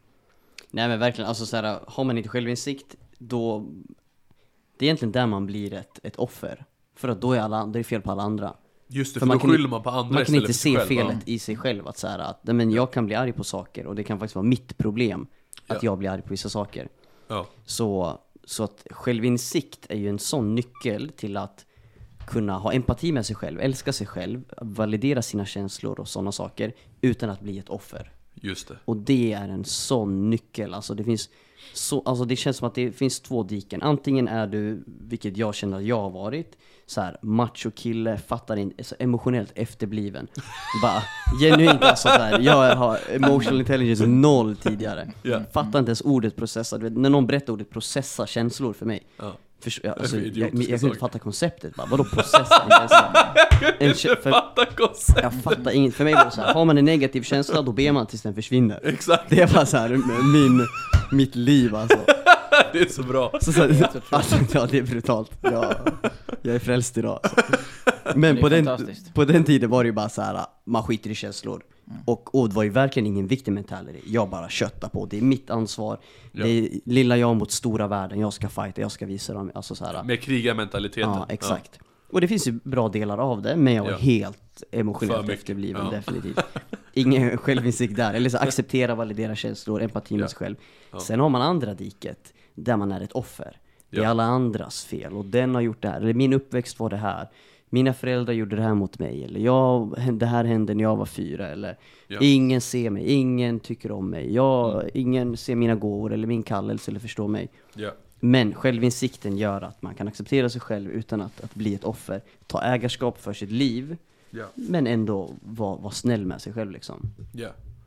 Nej, men verkligen, alltså så här, har man inte självinsikt, då det är egentligen där man blir ett, ett offer. För att då är alla, det är fel på alla andra. Just det, för, för man då kan, skyller man på andra. Man kan inte se själv, felet ja. i sig själv. Att, så här, att men jag kan bli arg på saker, och det kan faktiskt vara mitt problem att ja. jag blir arg på vissa saker. Ja. Så, så att självinsikt är ju en sån nyckel till att kunna ha empati med sig själv, älska sig själv, validera sina känslor och sådana saker utan att bli ett offer. Just det. Och det är en sån nyckel. Alltså det finns så, alltså det känns som att det finns två diken. Antingen är du, vilket jag känner att jag har varit, så här macho kille, fattar inte, så emotionellt efterbliven. Bara genuint alltså där. Jag har emotional intelligence noll tidigare. Yeah. Fattar inte ens ordet processa. Du vet, när någon berättar ordet processa känslor för mig. Ja. För, alltså, jag, jag, jag, jag kunde inte fatta konceptet. Bara, vadå processa? Jag kunde inte för, fatta konceptet. Jag fattar inget. För mig var det så här, har man en negativ känsla då ber man tills den försvinner. Exakt. Det är bara så här min, mitt liv alltså. Det är så bra. Så, så, alltså, ja, det är brutalt. Ja, jag är frälst idag. Men på den, på den tiden var det ju bara så här, man skiter i känslor. Mm. Och, och det var ju verkligen ingen victim mentality. Jag bara köttar på, det är mitt ansvar. Ja. Det är lilla jag mot stora världen. Jag ska fighta, jag ska visa dem alltså så här. Med krigarmentaliteten. Ja, exakt. Ja. Och det finns ju bra delar av det, men jag var ja. helt emotionellt efterbliven, ja. definitivt. Ingen självinsikt där. Eller så acceptera, validera känslor, empati med ja. sig själv. Ja. Sen har man andra diket, där man är ett offer. Det är ja. alla andras fel, och den har gjort det här. Eller min uppväxt var det här. Mina föräldrar gjorde det här mot mig. Eller jag, det här hände när jag var fyra. Eller ja. ingen ser mig, ingen tycker om mig. Jag, mm. Ingen ser mina gåvor eller min kallelse eller förstår mig. Ja. Men självinsikten gör att man kan acceptera sig själv utan att, att bli ett offer. Ta ägarskap för sitt liv. Ja. Men ändå vara var snäll med sig själv liksom. Ja.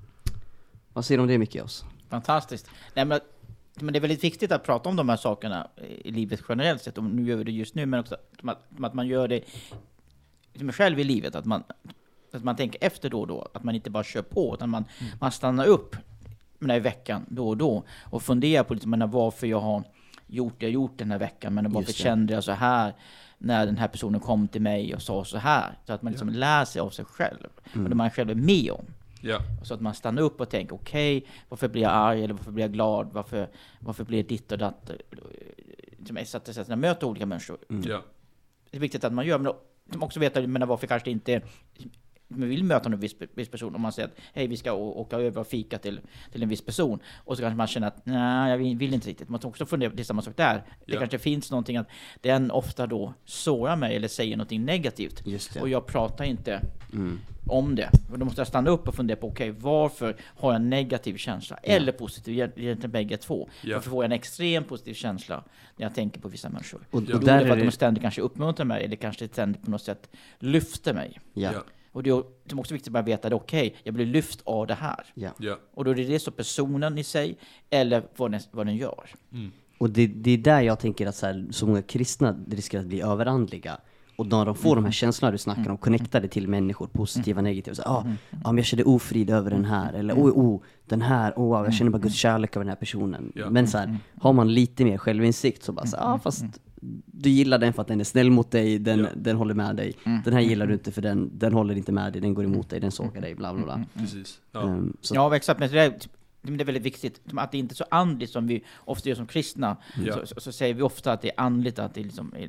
Vad säger du om det, Mickios? Fantastiskt. Nej, men, men det är väldigt viktigt att prata om de här sakerna i livet generellt sett. Och nu gör vi det just nu, men också att, att man gör det som själv i livet. Att man, att man tänker efter då och då. Att man inte bara kör på, utan man, mm. man stannar upp den här veckan då och då. Och funderar på liksom, men varför jag har gjort det jag gjort den här veckan. Men varför kände jag så här när den här personen kom till mig och sa så här. Så att man liksom ja. lär sig av sig själv. Mm. Och det man själv är med om. Ja. Så att man stannar upp och tänker, okej, okay, varför blir jag arg eller varför blir jag glad? Varför, varför blir det ditt och datt? Så att, så att jag möter olika människor. Mm. Ja. Det är viktigt att man gör, men de också vet att varför kanske inte man vill möta en viss, viss person. Om man säger att hej, vi ska åka över och fika till, till en viss person. Och så kanske man känner att nej, jag vill, vill inte riktigt. Man ska också fundera på det samma sak där. Det ja. kanske finns någonting att den ofta då sårar mig eller säger någonting negativt. Just det. Och jag pratar inte mm. om det. Och då måste jag stanna upp och fundera på okej, okay, varför har jag en negativ känsla? Ja. Eller positiv, egentligen bägge två. Ja. Varför får jag en extrem positiv känsla när jag tänker på vissa människor? Och, och, och där är för att de ständigt kanske uppmuntrar mig eller kanske ständigt på något sätt lyfter mig. Ja. Ja. Och det är också viktigt att bara veta att okej, okay, jag blir lyft av det här. Ja. Ja. Och då är det så personen i sig eller vad den, vad den gör. Mm. Och det, det är där jag tänker att så, här, så många kristna riskerar att bli överandliga. Och när de får mm. de här känslorna du snackar om, connectade till människor, positiva, mm. negativa. Så, ah, mm. ah, men jag kände ofrid över den här. Eller oh, oh, den här, oh, wow, jag känner bara Guds kärlek över den här personen. Ja. Men så här, har man lite mer självinsikt så bara så, ah, fast du gillar den för att den är snäll mot dig, den, ja. den håller med dig. Mm. Den här gillar du inte för den, den håller inte med dig, den går emot dig, den sågar dig, bla bla bla. Mm. Precis. Ja, um, så. Ja exakt, men det är, det är väldigt viktigt att det inte är så andligt som vi ofta gör som kristna. Ja. Så, så, så säger vi ofta att det är andligt, att det är liksom är,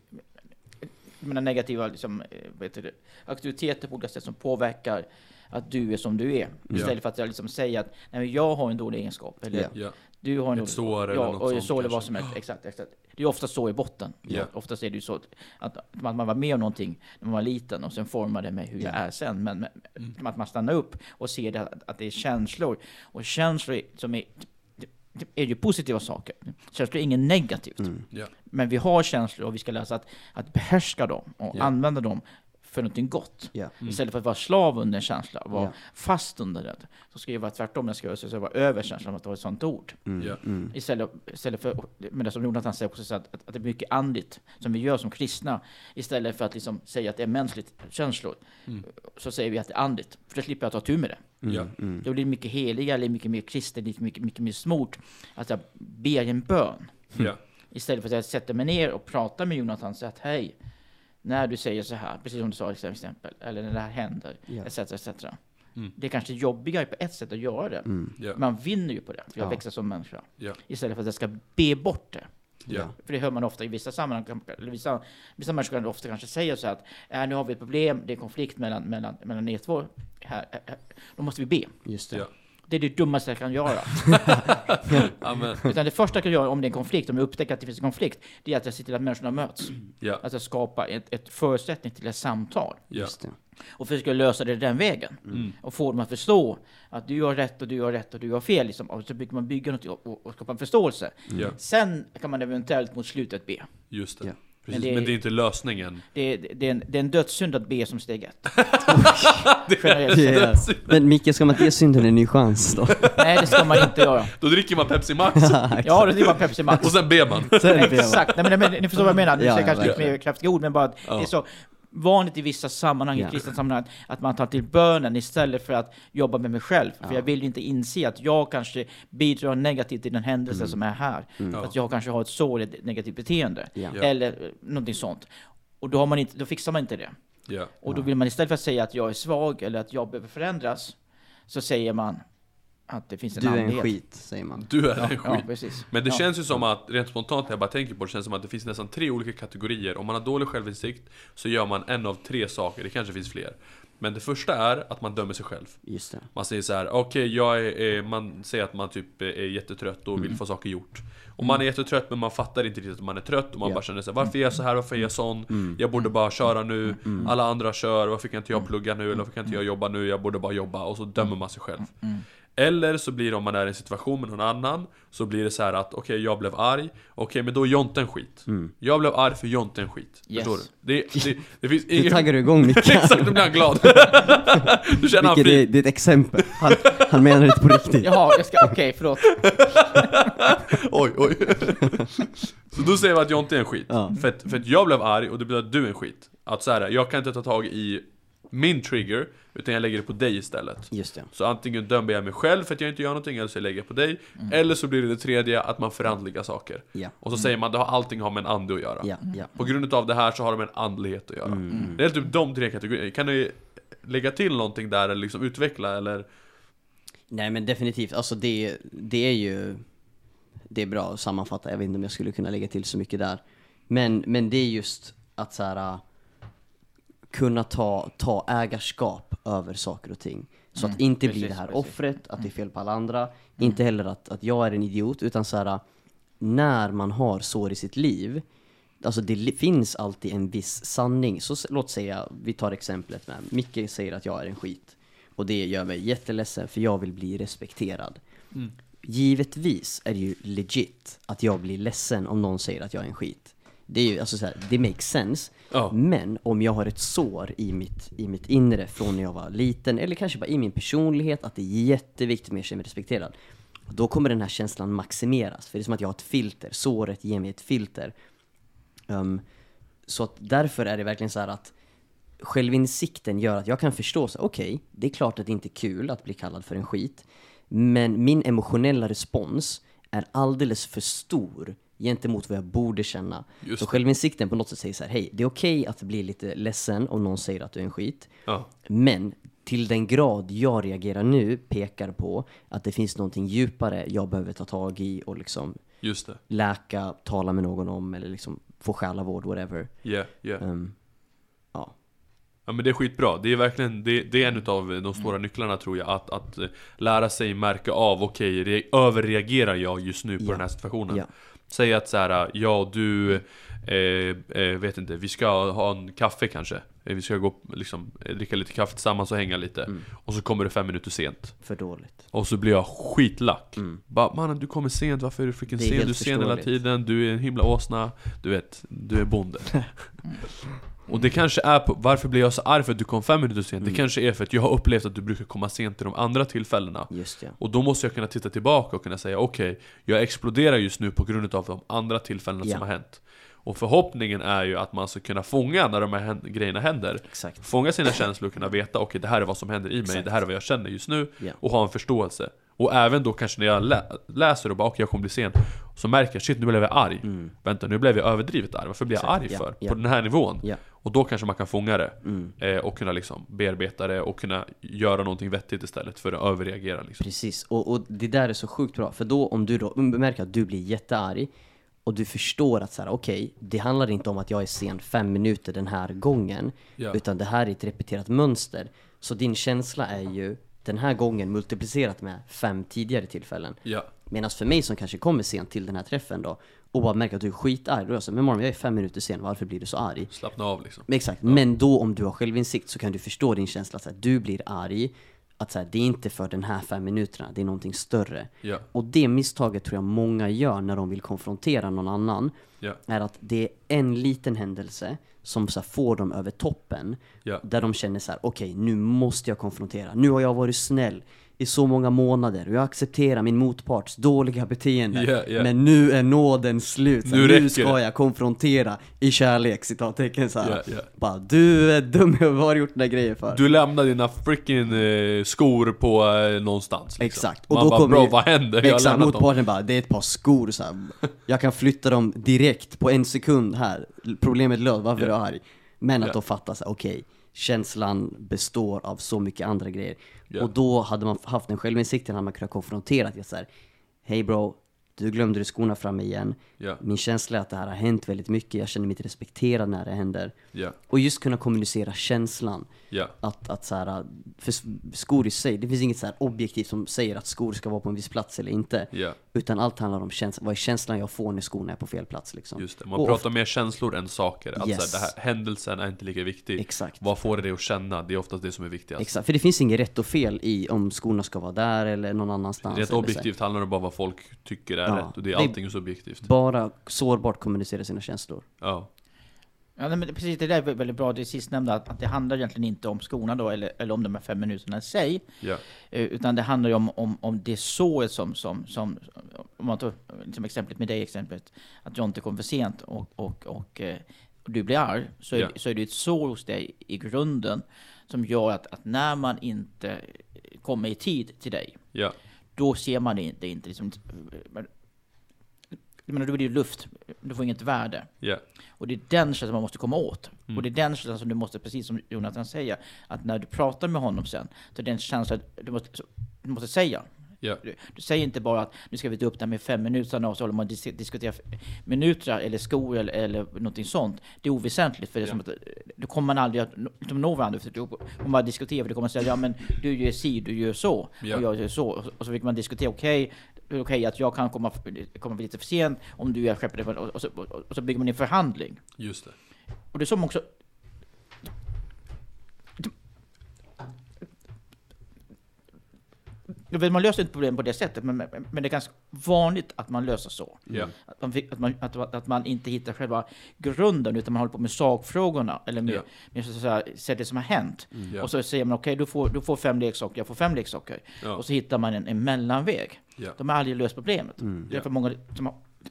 med negativa liksom, vet du, aktiviteter på olika sätt som påverkar att du är som du är. Ja. Istället för att jag liksom säger att nej, men jag har en dålig egenskap. Eller ja. du har en ett sår eller ja, något och sånt. Så eller vad som helst. Exakt, exakt. Det är ofta så i botten. Ja. Oftast är det ju så att, att man var med om någonting när man var liten och sen formade mig hur ja. jag är sen. Men, men mm. att man stannar upp och ser det, att det är känslor. Och känslor som är det är ju positiva saker. Känslor är inget negativt. Mm. Yeah. Men vi har känslor och vi ska lära oss att, att behärska dem och yeah. använda dem för någonting gott. Yeah. Mm. Istället för att vara slav under en känsla, vara yeah. fast under det. Så ska jag vara tvärtom, jag ska, så ska jag vara över känslan, att det var ett sånt ord. Mm. Yeah. Mm. Istället, istället för, men det som Jonathan säger också, så att, att, att det är mycket andligt som vi gör som kristna. Istället för att liksom säga att det är mänskligt känslor, mm. så säger vi att det är andligt. För då slipper jag ta tur med det. Mm. Mm. Då blir det mycket heliga, eller mycket mer kristen, mycket, mycket, mycket mer smort. Att jag ber en bön. Yeah. Istället för att jag sätter mig ner och pratar med Jonathan och säger att hej, när du säger så här, precis som du sa till exempel, eller när det här händer, yeah. et cetera et cetera. Mm. Det är kanske jobbigare på ett sätt att göra det. Mm. Yeah. Man vinner ju på det, för jag ja. växer som människa. Yeah. Istället för att jag ska be bort det. Yeah. För det hör man ofta i vissa sammanhang, eller vissa, vissa människor kan ofta kanske säga så här att äh, nu har vi ett problem, det är konflikt mellan, mellan, mellan er två, här, här, då måste vi be. Just det. Yeah. Det är det dummaste jag kan göra. Amen. Utan det första jag kan göra om det är en konflikt, om jag upptäcker att det finns en konflikt, det är att jag ser till att människorna möts. Ja. Alltså skapa ett, ett förutsättning till ett samtal. Ja. Just det. Och försöka lösa det den vägen. Mm. Och få dem att förstå att du gör rätt och du gör rätt och du gör fel. Liksom. Och så bygger man bygga något och, och, och skapa en förståelse. Ja. Sen kan man eventuellt mot slutet be. Just det. Ja. Precis, Men men det det, är- är inte lösningen. Det är, det är, en, det är en dödssynd att be som steg ett. Det Generellt Det sett. är- Men Micke, ska man inte ge synden en ny chans då? Nej, det ska man inte göra. Då dricker man Pepsi Max Ja, det är bara Pepsi Max. och sen ber man. Sen ber man. Exakt, nej, men, men, ni förstår vad jag menar. Det Ja, är ja, kanske lite verkligen. mer kraftiga ord, men bara att Ja. det är så vanligt i vissa sammanhang, Ja. i kristna sammanhang, att man tar till bönen istället för att jobba med mig själv. För Ja. jag vill inte inse att jag kanske bidrar negativt till den händelse Mm. som är här. Mm. Att jag kanske har ett så ett negativt beteende. Ja. Ja. Eller eh, någonting sånt. Och då, har man inte, då fixar man inte det. Ja. Och då Ja. vill man istället för att säga att jag är svag eller att jag behöver förändras, så säger man att det finns en Du är en andlighet. skit, säger man. Du är Ja, en ja, skit. precis. Men det Ja. känns ju som att, rent spontant när jag bara tänker på det, känns som att det finns nästan tre olika kategorier. Om man har dålig självinsikt så gör man en av tre saker, det kanske finns fler. Men det första är att man dömer sig själv. Just det. Man säger så här: okej, jag är, eh, man säger att man typ är jättetrött och vill Mm. få saker gjort. Och man är jättetrött men man fattar inte riktigt att man är trött. Och man Ja. bara känner så här: varför är jag så här, varför är jag sån? Mm. Jag borde bara köra nu, Mm. alla andra kör, varför kan inte jag plugga nu? Eller varför kan inte jag jobba nu? Jag borde bara jobba. Och så dömer man sig själv. Mm. Eller så blir det, om man är i en situation med någon annan, så blir det så här att okej, jag blev arg. Okej, men då är Jonte en skit. Mm. Jag blev arg för Jonte en skit. Yes. Förstår du? Det, det, det finns Nu ingen... taggar du igång Micke. Exakt, då blir han glad. Du känner han Micke, fri. det, det är ett exempel. Han, han menar det på riktigt. Jaha, jag ska, okej, förlåt. Oj, oj. Så då säger vi att Jonte är en skit. Ja. För, att, för att jag blev arg och det betyder att du är en skit. Att så här, jag kan inte ta tag i min trigger, utan jag lägger det på dig istället. Just det. Så antingen dömer jag mig själv för att jag inte gör någonting, eller så lägger jag på dig. Mm. Eller så blir det det tredje, att man förandligar saker. Ja. Och så säger man att allting har med en ande att göra. Ja, ja. På grund av det här så har de en andlighet att göra. Mm. Det är typ de tre kategorierna. Kan du lägga till någonting där eller liksom utveckla eller? Nej men definitivt, alltså det, det är ju det är bra att sammanfatta, jag vet inte om jag skulle kunna lägga till så mycket där. Men, men det är just att så här, uh, kunna ta, ta ägarskap över saker och ting. Så Mm, att inte precis, bli det här precis. offret, att det är fel på alla andra. Inte heller att, att jag är en idiot, utan så här, uh, när man har sår i sitt liv, alltså det li- finns alltid en viss sanning. Så s- låt säga, vi tar exemplet med Micke säger att jag är en skit. Och det gör mig jätteledsen för jag vill bli respekterad. Mm. Givetvis är det ju legit att jag blir ledsen om någon säger att jag är en skit. Det är ju alltså så här, det makes sense. Ja. Men om jag har ett sår i mitt, i mitt inre från när jag var liten, eller kanske bara i min personlighet, att det är jätteviktigt med att känna mig respekterad, då kommer den här känslan maximeras. För det är som att jag har ett filter. Såret ger mig ett filter. Um, så att därför är det verkligen så här att självinsikten gör att jag kan förstå så okej, okay, det är klart att det inte är kul att bli kallad för en skit, men min emotionella respons är alldeles för stor gentemot vad jag borde känna. Just Så det. självinsikten på något sätt säger så här: hej, det är okej okay att bli lite ledsen om någon säger att du är en skit, Ja. men till den grad jag reagerar nu pekar på att det finns någonting djupare jag behöver ta tag i och liksom Just det. läka, tala med någon om, eller liksom få själavård, whatever. Yeah, yeah. Um, ja. Ja, men det är skitbra. Det är verkligen, det, det är en av de stora nycklarna tror jag. Att, att eh, lära sig märka av, okej, okay, re- överreagerar jag just nu på Ja. den här situationen? Ja. Säg att så här, ja du, eh, eh, vet inte, vi ska ha en kaffe kanske. Eh, Vi ska gå liksom, eh, dricka lite kaffe tillsammans och hänga lite. Mm. Och så kommer det fem minuter sent. För dåligt. Och så blir jag skitlack. Mm. Bara, mannen du kommer sent, varför är du freaking Det är sen? helt Du är sen hela förståeligt. tiden, du är en himla åsna. Du vet, du är bonde. Och det kanske är på, varför blir jag så arg för att du kom fem minuter sent? Mm. Det kanske är för att jag har upplevt att du brukar komma sent till de andra tillfällena. Just ja. Och då måste jag kunna titta tillbaka och kunna säga okej, okay, jag exploderar just nu på grund av de andra tillfällena Ja. som har hänt. Och förhoppningen är ju att man ska kunna fånga när de här hän- grejerna händer. Exakt. Fånga sina känslor och kunna veta okej, okay, det här är vad som händer i mig, Exakt. det här är vad jag känner just nu. Ja. Och ha en förståelse. Och även då kanske när jag lä- läser och bara okej, okay, jag kommer bli sen, så märker jag, shit nu blev jag arg. Mm. Vänta, nu blev jag överdrivet arg. Varför blir jag Exakt. arg Ja, för? ja. På den här nivån. Ja. Och då kanske man kan fånga det. Mm. Eh, och kunna liksom bearbeta det och kunna göra någonting vettigt istället för att överreagera liksom. Precis, och, och det där är så sjukt bra. För då, om du då märker att du blir jättearg och du förstår att så här, okej, det handlar inte om att jag är sen fem minuter den här gången, Ja. utan det här är ett repeterat mönster. Så din känsla är ju den här gången multiplicerat med fem tidigare tillfällen. Ja. Medan för mig som kanske kommer sent till den här träffen då och bara märker att du är skitarg, då är jag så, men Marvin, jag är fem minuter sen, varför blir du så arg? Slappna av liksom. Exakt, ja. Men då om du har självinsikt så kan du förstå din känsla att så här, du blir arg, att så här, det är inte för den här fem minuterna, det är någonting större. Ja. Och det misstaget tror jag många gör när de vill konfrontera någon annan, ja. är att det är en liten händelse som så här, får dem över toppen, ja. där de känner så här: okej, okay, nu måste jag konfrontera, nu har jag varit snäll i så många månader och jag accepterar min motparts dåliga beteende, yeah, yeah. men nu är nåden slut, så nu, nu ska jag konfrontera i kärlek, citattecken så här. Yeah, yeah. Bara, du är dum, vad har du gjort den där grejen för? Du lämnar dina freaking eh, skor på eh, någonstans liksom. Exakt, och man då bara, bro, vad händer? Jag exakt, motparten bara, det är ett par skor så här. Jag kan flytta dem direkt på en sekund här, problemet löd, varför yeah. är du arg? Men att yeah. de fattar så här, okej, okay, känslan består av så mycket andra grejer. Yeah. Och då hade man haft en självinsikten, hade man kunnat konfrontera att så här: hej bro, du glömde du skorna framme igen. Yeah. Min känsla är att det här har hänt väldigt mycket. Jag känner mig inte respekterad när det händer. Yeah. Och just kunna kommunicera känslan. Yeah. Att, att så här, för skor i sig, det finns inget så här objektivt som säger att skor ska vara på en viss plats eller inte. Yeah. Utan allt handlar om känslan. Vad är känslan jag får när skorna är på fel plats liksom. Just det, man och pratar ofta mer känslor än saker. Alltså yes. det här, händelsen är inte lika viktig. Exakt. Vad får det dig att känna? Det är oftast det som är viktigast. Exakt, för det finns inget rätt och fel i om skorna ska vara där eller någon annanstans. Rätt objektivt handlar det bara om vad folk tycker är ja. rätt. Och det är allting subjektivt. Bara sårbart kommunicera sina känslor. Ja. Ja, men precis, det där är väldigt bra, det sistnämnda, att, att det handlar egentligen inte om skorna då, eller, eller om de här fem minuterna i sig, yeah. utan det handlar ju om, om, om det såret som, som, som om man tar liksom exemplet med dig, exemplet, att Jonte kom för sent och, och, och, och du blir arg, så är, yeah. så är det ett sår hos dig i grunden som gör att, att när man inte kommer i tid till dig, yeah. då ser man det inte, inte liksom, jag menar, du blir ju luft, du får inget värde. Yeah. Och det är den känslan man måste komma åt. Mm. Och det är den känslan som du måste, precis som Jonathan säger, att när du pratar med honom sen, så är det den känslan du måste, du måste säga. Yeah. Du, du säger inte bara att nu ska vi ta upp det här med fem minuter och så håller man dis- diskutera minuter eller skor eller, eller någonting sånt. Det är oväsentligt, för det är yeah. som att då kommer man aldrig att liksom nå varandra, för då kommer man diskutera, för det kommer man säga, ja men du gör si, du gör så, yeah. och jag gör så. Och så fick man diskutera, okej, okay, okej okay, att jag kan komma, komma lite för sent om du är skeppet, och, och, så, och så bygger man en förhandling. Just det. Och det är som också man löser inte problem på det sättet, men, men det är ganska vanligt att man löser så. Yeah. Att, man, att, man, att, att man inte hittar själva grunden, utan man håller på med sakfrågorna eller med, yeah. med så att säga, sättet som har hänt. Mm. Yeah. Och så säger man okej, okay, du, får, du får fem leksaker, jag får fem leksaker. Yeah. Och så hittar man en, en mellanväg. Yeah. De har aldrig löst problemet. Mm. Det är för många som har...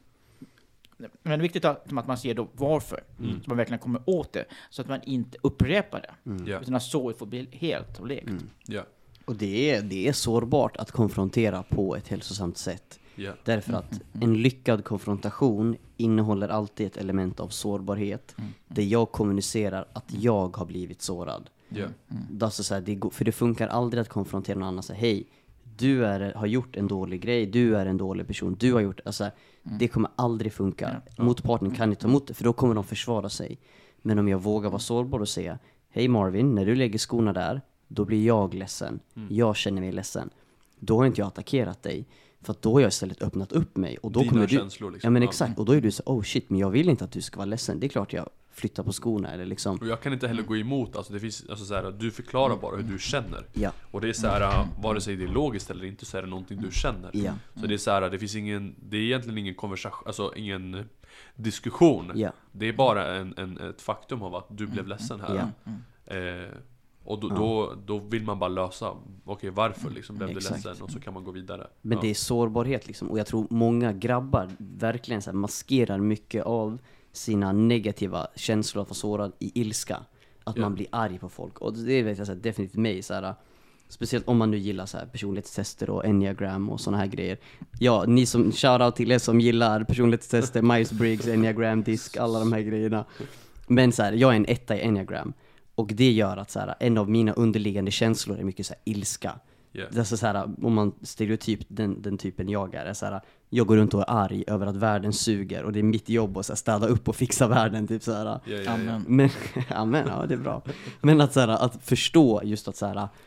Men det är viktigt att, att man ser då varför, mm. så man verkligen kommer åt det, så att man inte upprepar det. Mm. Yeah. Utan att såret får bli helt och lekt. Mm. Yeah. Och det är, det är sårbart att konfrontera på ett hälsosamt sätt. Yeah. Därför att mm. en lyckad konfrontation innehåller alltid ett element av sårbarhet. Mm. Där jag kommunicerar att jag har blivit sårad. Yeah. Mm. Alltså så här, det går, för det funkar aldrig att konfrontera någon annan och säga, hej, du är, har gjort en dålig grej, du är en dålig person, du har gjort, alltså, mm. det kommer aldrig funka. Mm. Motparten kan inte ta emot det, för då kommer de försvara sig. Men om jag vågar vara sårbar och säga, hej Marvin, när du lägger skorna där, då blir jag ledsen. Mm. Jag känner mig ledsen. Då har inte jag attackerat dig. För att då har jag istället öppnat upp mig. Och då Dina kommer du... känslor liksom. Ja men exakt. Och då är du så, oh shit, men jag vill inte att du ska vara ledsen. Det är klart jag flyttar på skorna eller liksom. Och jag kan inte heller gå emot. Alltså det finns, alltså så här, du förklarar bara hur du känner. Ja. Och det är så här, vare sig det är logiskt eller inte, så är det någonting du känner. Ja. Så det är så här, det finns ingen, det är egentligen ingen konversation, alltså ingen diskussion. Ja. Det är bara en, en, ett faktum av att du blev ledsen här. Ja. Eh, Och då, ja. då, då vill man bara lösa, okej okay, varför liksom blev det ledsen, och så kan man gå vidare. Men ja. det är sårbarhet liksom, och jag tror många grabbar verkligen så här maskerar mycket av sina negativa känslor att vara sårad i ilska. Att ja. man blir arg på folk, och det vet jag så här, definitivt mig så här, speciellt om man nu gillar så här personlighetstester och enneagram och såna här grejer. Ja, ni som, shoutout till er som gillar personlighetstester, Myers-Briggs, enneagram, disk, alla de här grejerna. Men så här, jag är en etta i enneagram. Och det gör att så här, en av mina underliggande känslor är mycket så här, ilska. Yeah. Det är så här, om man stereotyp den, den typen jag är, är så här, jag går runt och är arg över att världen suger, och det är mitt jobb att så här, städa upp och fixa världen typ så här. Yeah, yeah, yeah. Men amen, ja det är bra. Men att så här, att förstå just att så här,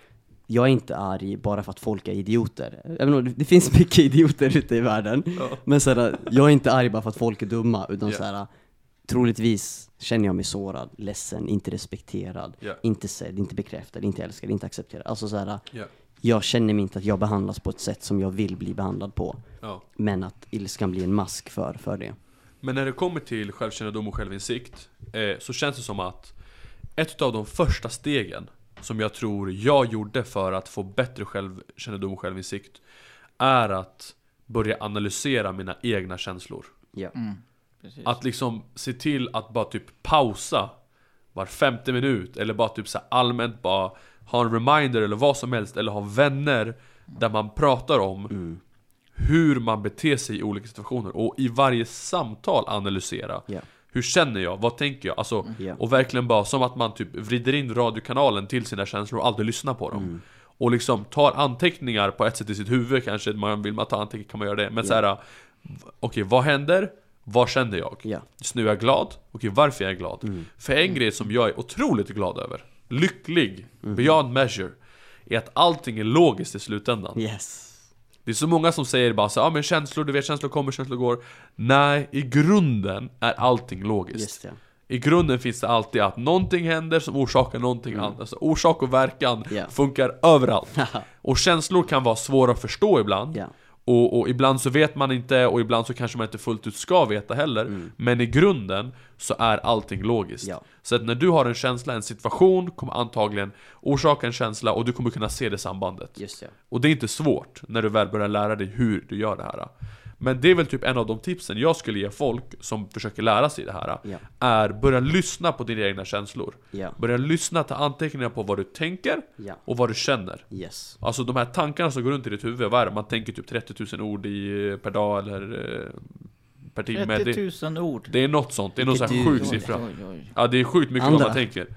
jag är inte arg bara för att folk är idioter. Även om det, det finns mycket idioter ute i världen. Ja. Men så här, jag är inte arg bara för att folk är dumma. Utan yeah. så här, troligtvis känner jag mig sårad, ledsen, inte respekterad, yeah. inte sedd, inte bekräftad, inte älskad, inte accepterad. Alltså så här, yeah. jag känner mig inte att jag behandlas på ett sätt som jag vill bli behandlad på. Ja. Men att ilskan blir en mask för, för det. Men när det kommer till självkännedom och självinsikt eh, så känns det som att ett av de första stegen som jag tror jag gjorde för att få bättre självkännedom och självinsikt är att börja analysera mina egna känslor. Ja. Mm, att liksom se till att bara typ pausa var femte minut eller bara typ så allmänt bara ha en reminder eller vad som helst eller ha vänner där man pratar om mm. hur man beter sig i olika situationer och i varje samtal analysera. Yeah. Hur känner jag? Vad tänker jag? Alltså, yeah. och verkligen bara som att man typ vrider in radiokanalen till sina känslor och aldrig lyssnar på dem. Mm. Och liksom tar anteckningar på ett sätt i sitt huvud kanske. Man vill man ta anteckningar kan man göra det. Men yeah. så här, okej, okay, vad händer? Vad känner jag? Yeah. Just nu är jag glad. Okej, okay, varför är jag glad? Mm. För en grej som jag är otroligt glad över, lycklig, mm. beyond measure, är att allting är logiskt i slutändan. Yes. Det är så många som säger bara så, ja ah, men känslor, du vet, känslor kommer, känslor går. Nej, i grunden är allting logiskt. Just det. I grunden finns det alltid att någonting händer som orsakar någonting mm. annat. Alltså orsak och verkan yeah. funkar överallt. Och känslor kan vara svåra att förstå ibland. Yeah. Och, och ibland så vet man inte, och ibland så kanske man inte fullt ut ska veta heller. Mm. Men i grunden så är allting logiskt. Ja. Så att när du har en känsla, en situation kommer antagligen orsaka en känsla och du kommer kunna se det sambandet. Just det. Och det är inte svårt när du väl börjar lära dig hur du gör det här. Men det är väl typ en av de tipsen jag skulle ge folk som försöker lära sig det här. Ja. Är börja lyssna på dina egna känslor. Ja. Börja lyssna, ta anteckningar på vad du tänker ja. och vad du känner. Yes. Alltså de här tankarna som går runt i ditt huvud, vad är det? Man tänker typ trettio tusen ord i, per dag eller eh, per timme. trettio tusen ord. Det är något sånt, det är någon sån här sjuk siffra. Oj, oj. Ja, det är sjukt mycket vad man tänker.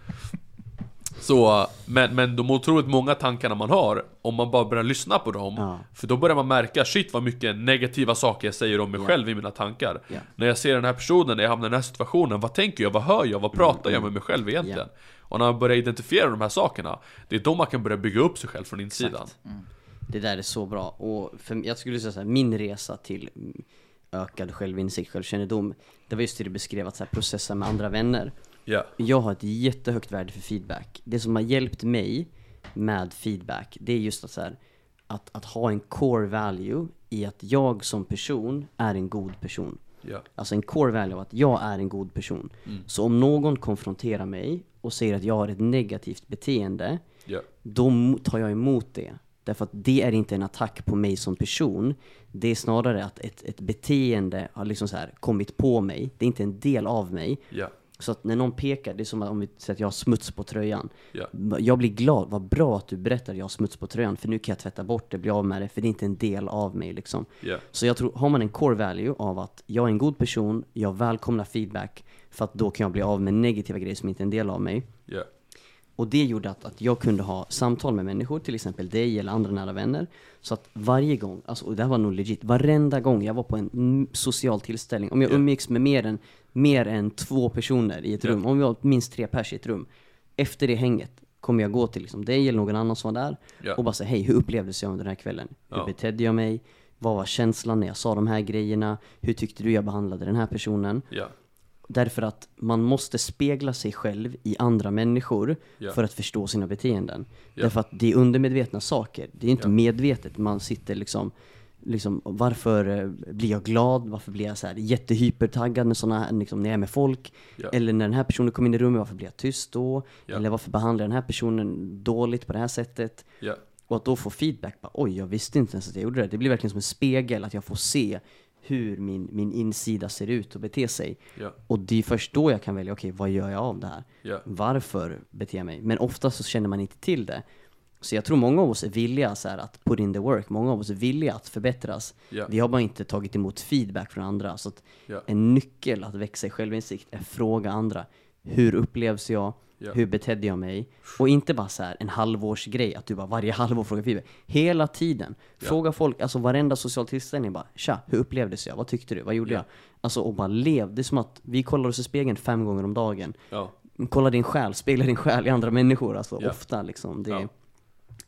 Så, men, men de otroligt många tankarna man har, om man bara börjar lyssna på dem, ja. för då börjar man märka, shit vad mycket negativa saker jag säger om mig ja. själv i mina tankar. Ja. När jag ser den här personen, när jag hamnar i den här situationen, vad tänker jag, vad hör jag, vad pratar mm. jag med mig själv egentligen? Ja. Och när man börjar identifiera de här sakerna, det är då man kan börja bygga upp sig själv från insidan. Mm. Det där är så bra. Och för, jag skulle säga så här, min resa till ökad självinsikt, självkännedom, det var just det du beskrev, att så här, processa med andra vänner. Yeah. Jag har ett jättehögt värde för feedback. Det som har hjälpt mig med feedback, det är just att, så här, att, att ha en core value i att jag som person är en god person. Yeah. Alltså en core value av att jag är en god person. Mm. Så om någon konfronterar mig och säger att jag har ett negativt beteende, yeah. då tar jag emot det. Därför att det är inte en attack på mig som person. Det är snarare att ett, ett beteende har liksom så här kommit på mig. Det är inte en del av mig. Yeah. Så att när någon pekar, det är som om vi säger att jag har smuts på tröjan. Yeah. Jag blir glad, vad bra att du berättar att jag har smuts på tröjan. För nu kan jag tvätta bort det, bli av med det. För det är inte en del av mig liksom. Yeah. Så jag tror, har man en core value av att jag är en god person, jag välkomnar feedback. För att då kan jag bli av med negativa grejer som inte är en del av mig. Yeah. Och det gjorde att, att jag kunde ha samtal med människor, till exempel dig eller andra nära vänner. Så att varje gång, alltså, och det här var nog legit, varenda gång jag var på en social tillställning, om jag yeah. umgicks med mer än, mer än två personer i ett yeah. rum, om vi var minst tre pers i ett rum, efter det hänget kommer jag gå till liksom, dig eller någon annan som var där yeah. och bara säga, hej, hur upplevdes jag under den här kvällen? Hur ja. betedde jag mig? Vad var känslan när jag sa de här grejerna? Hur tyckte du jag behandlade den här personen? Yeah. Därför att man måste spegla sig själv i andra människor yeah. för att förstå sina beteenden. Yeah. Därför att det är undermedvetna saker. Det är inte yeah. medvetet. Man sitter liksom, liksom varför blir jag glad? Varför blir jag så här jättehypertaggad när, såna här, liksom, när jag är med folk? Yeah. Eller när den här personen kommer in i rummet, varför blir jag tyst då? Yeah. Eller varför behandlar den här personen dåligt på det här sättet? Yeah. Och att då få feedback, bara, oj, jag visste inte ens att jag gjorde det. Det blir verkligen som en spegel, att jag får se hur min, min insida ser ut och beter sig. Yeah. Och det är först då jag kan välja, okej, okay, vad gör jag av det här? Yeah. Varför beter jag mig? Men ofta så känner man inte till det. Så jag tror många av oss är villiga så här, att put in the work. Många av oss är villiga att förbättras. Yeah. Vi har bara inte tagit emot feedback från andra. Så att yeah. en nyckel att växa i självinsikt är fråga andra. Hur upplevs jag? Yeah. Hur betedde jag mig? Och inte bara så här en halvårsgrej, att du bara varje halvår frågar feedback. Hela tiden. Yeah. Fråga folk, alltså varenda social tillställning bara, tja, hur upplevdes jag? Vad tyckte du? Vad gjorde yeah. jag? Alltså, och bara lev. Det är som att vi kollar oss i spegeln fem gånger om dagen. Ja. Kolla din själ, spegla din själ i andra människor. Alltså yeah. ofta liksom. Det, ja.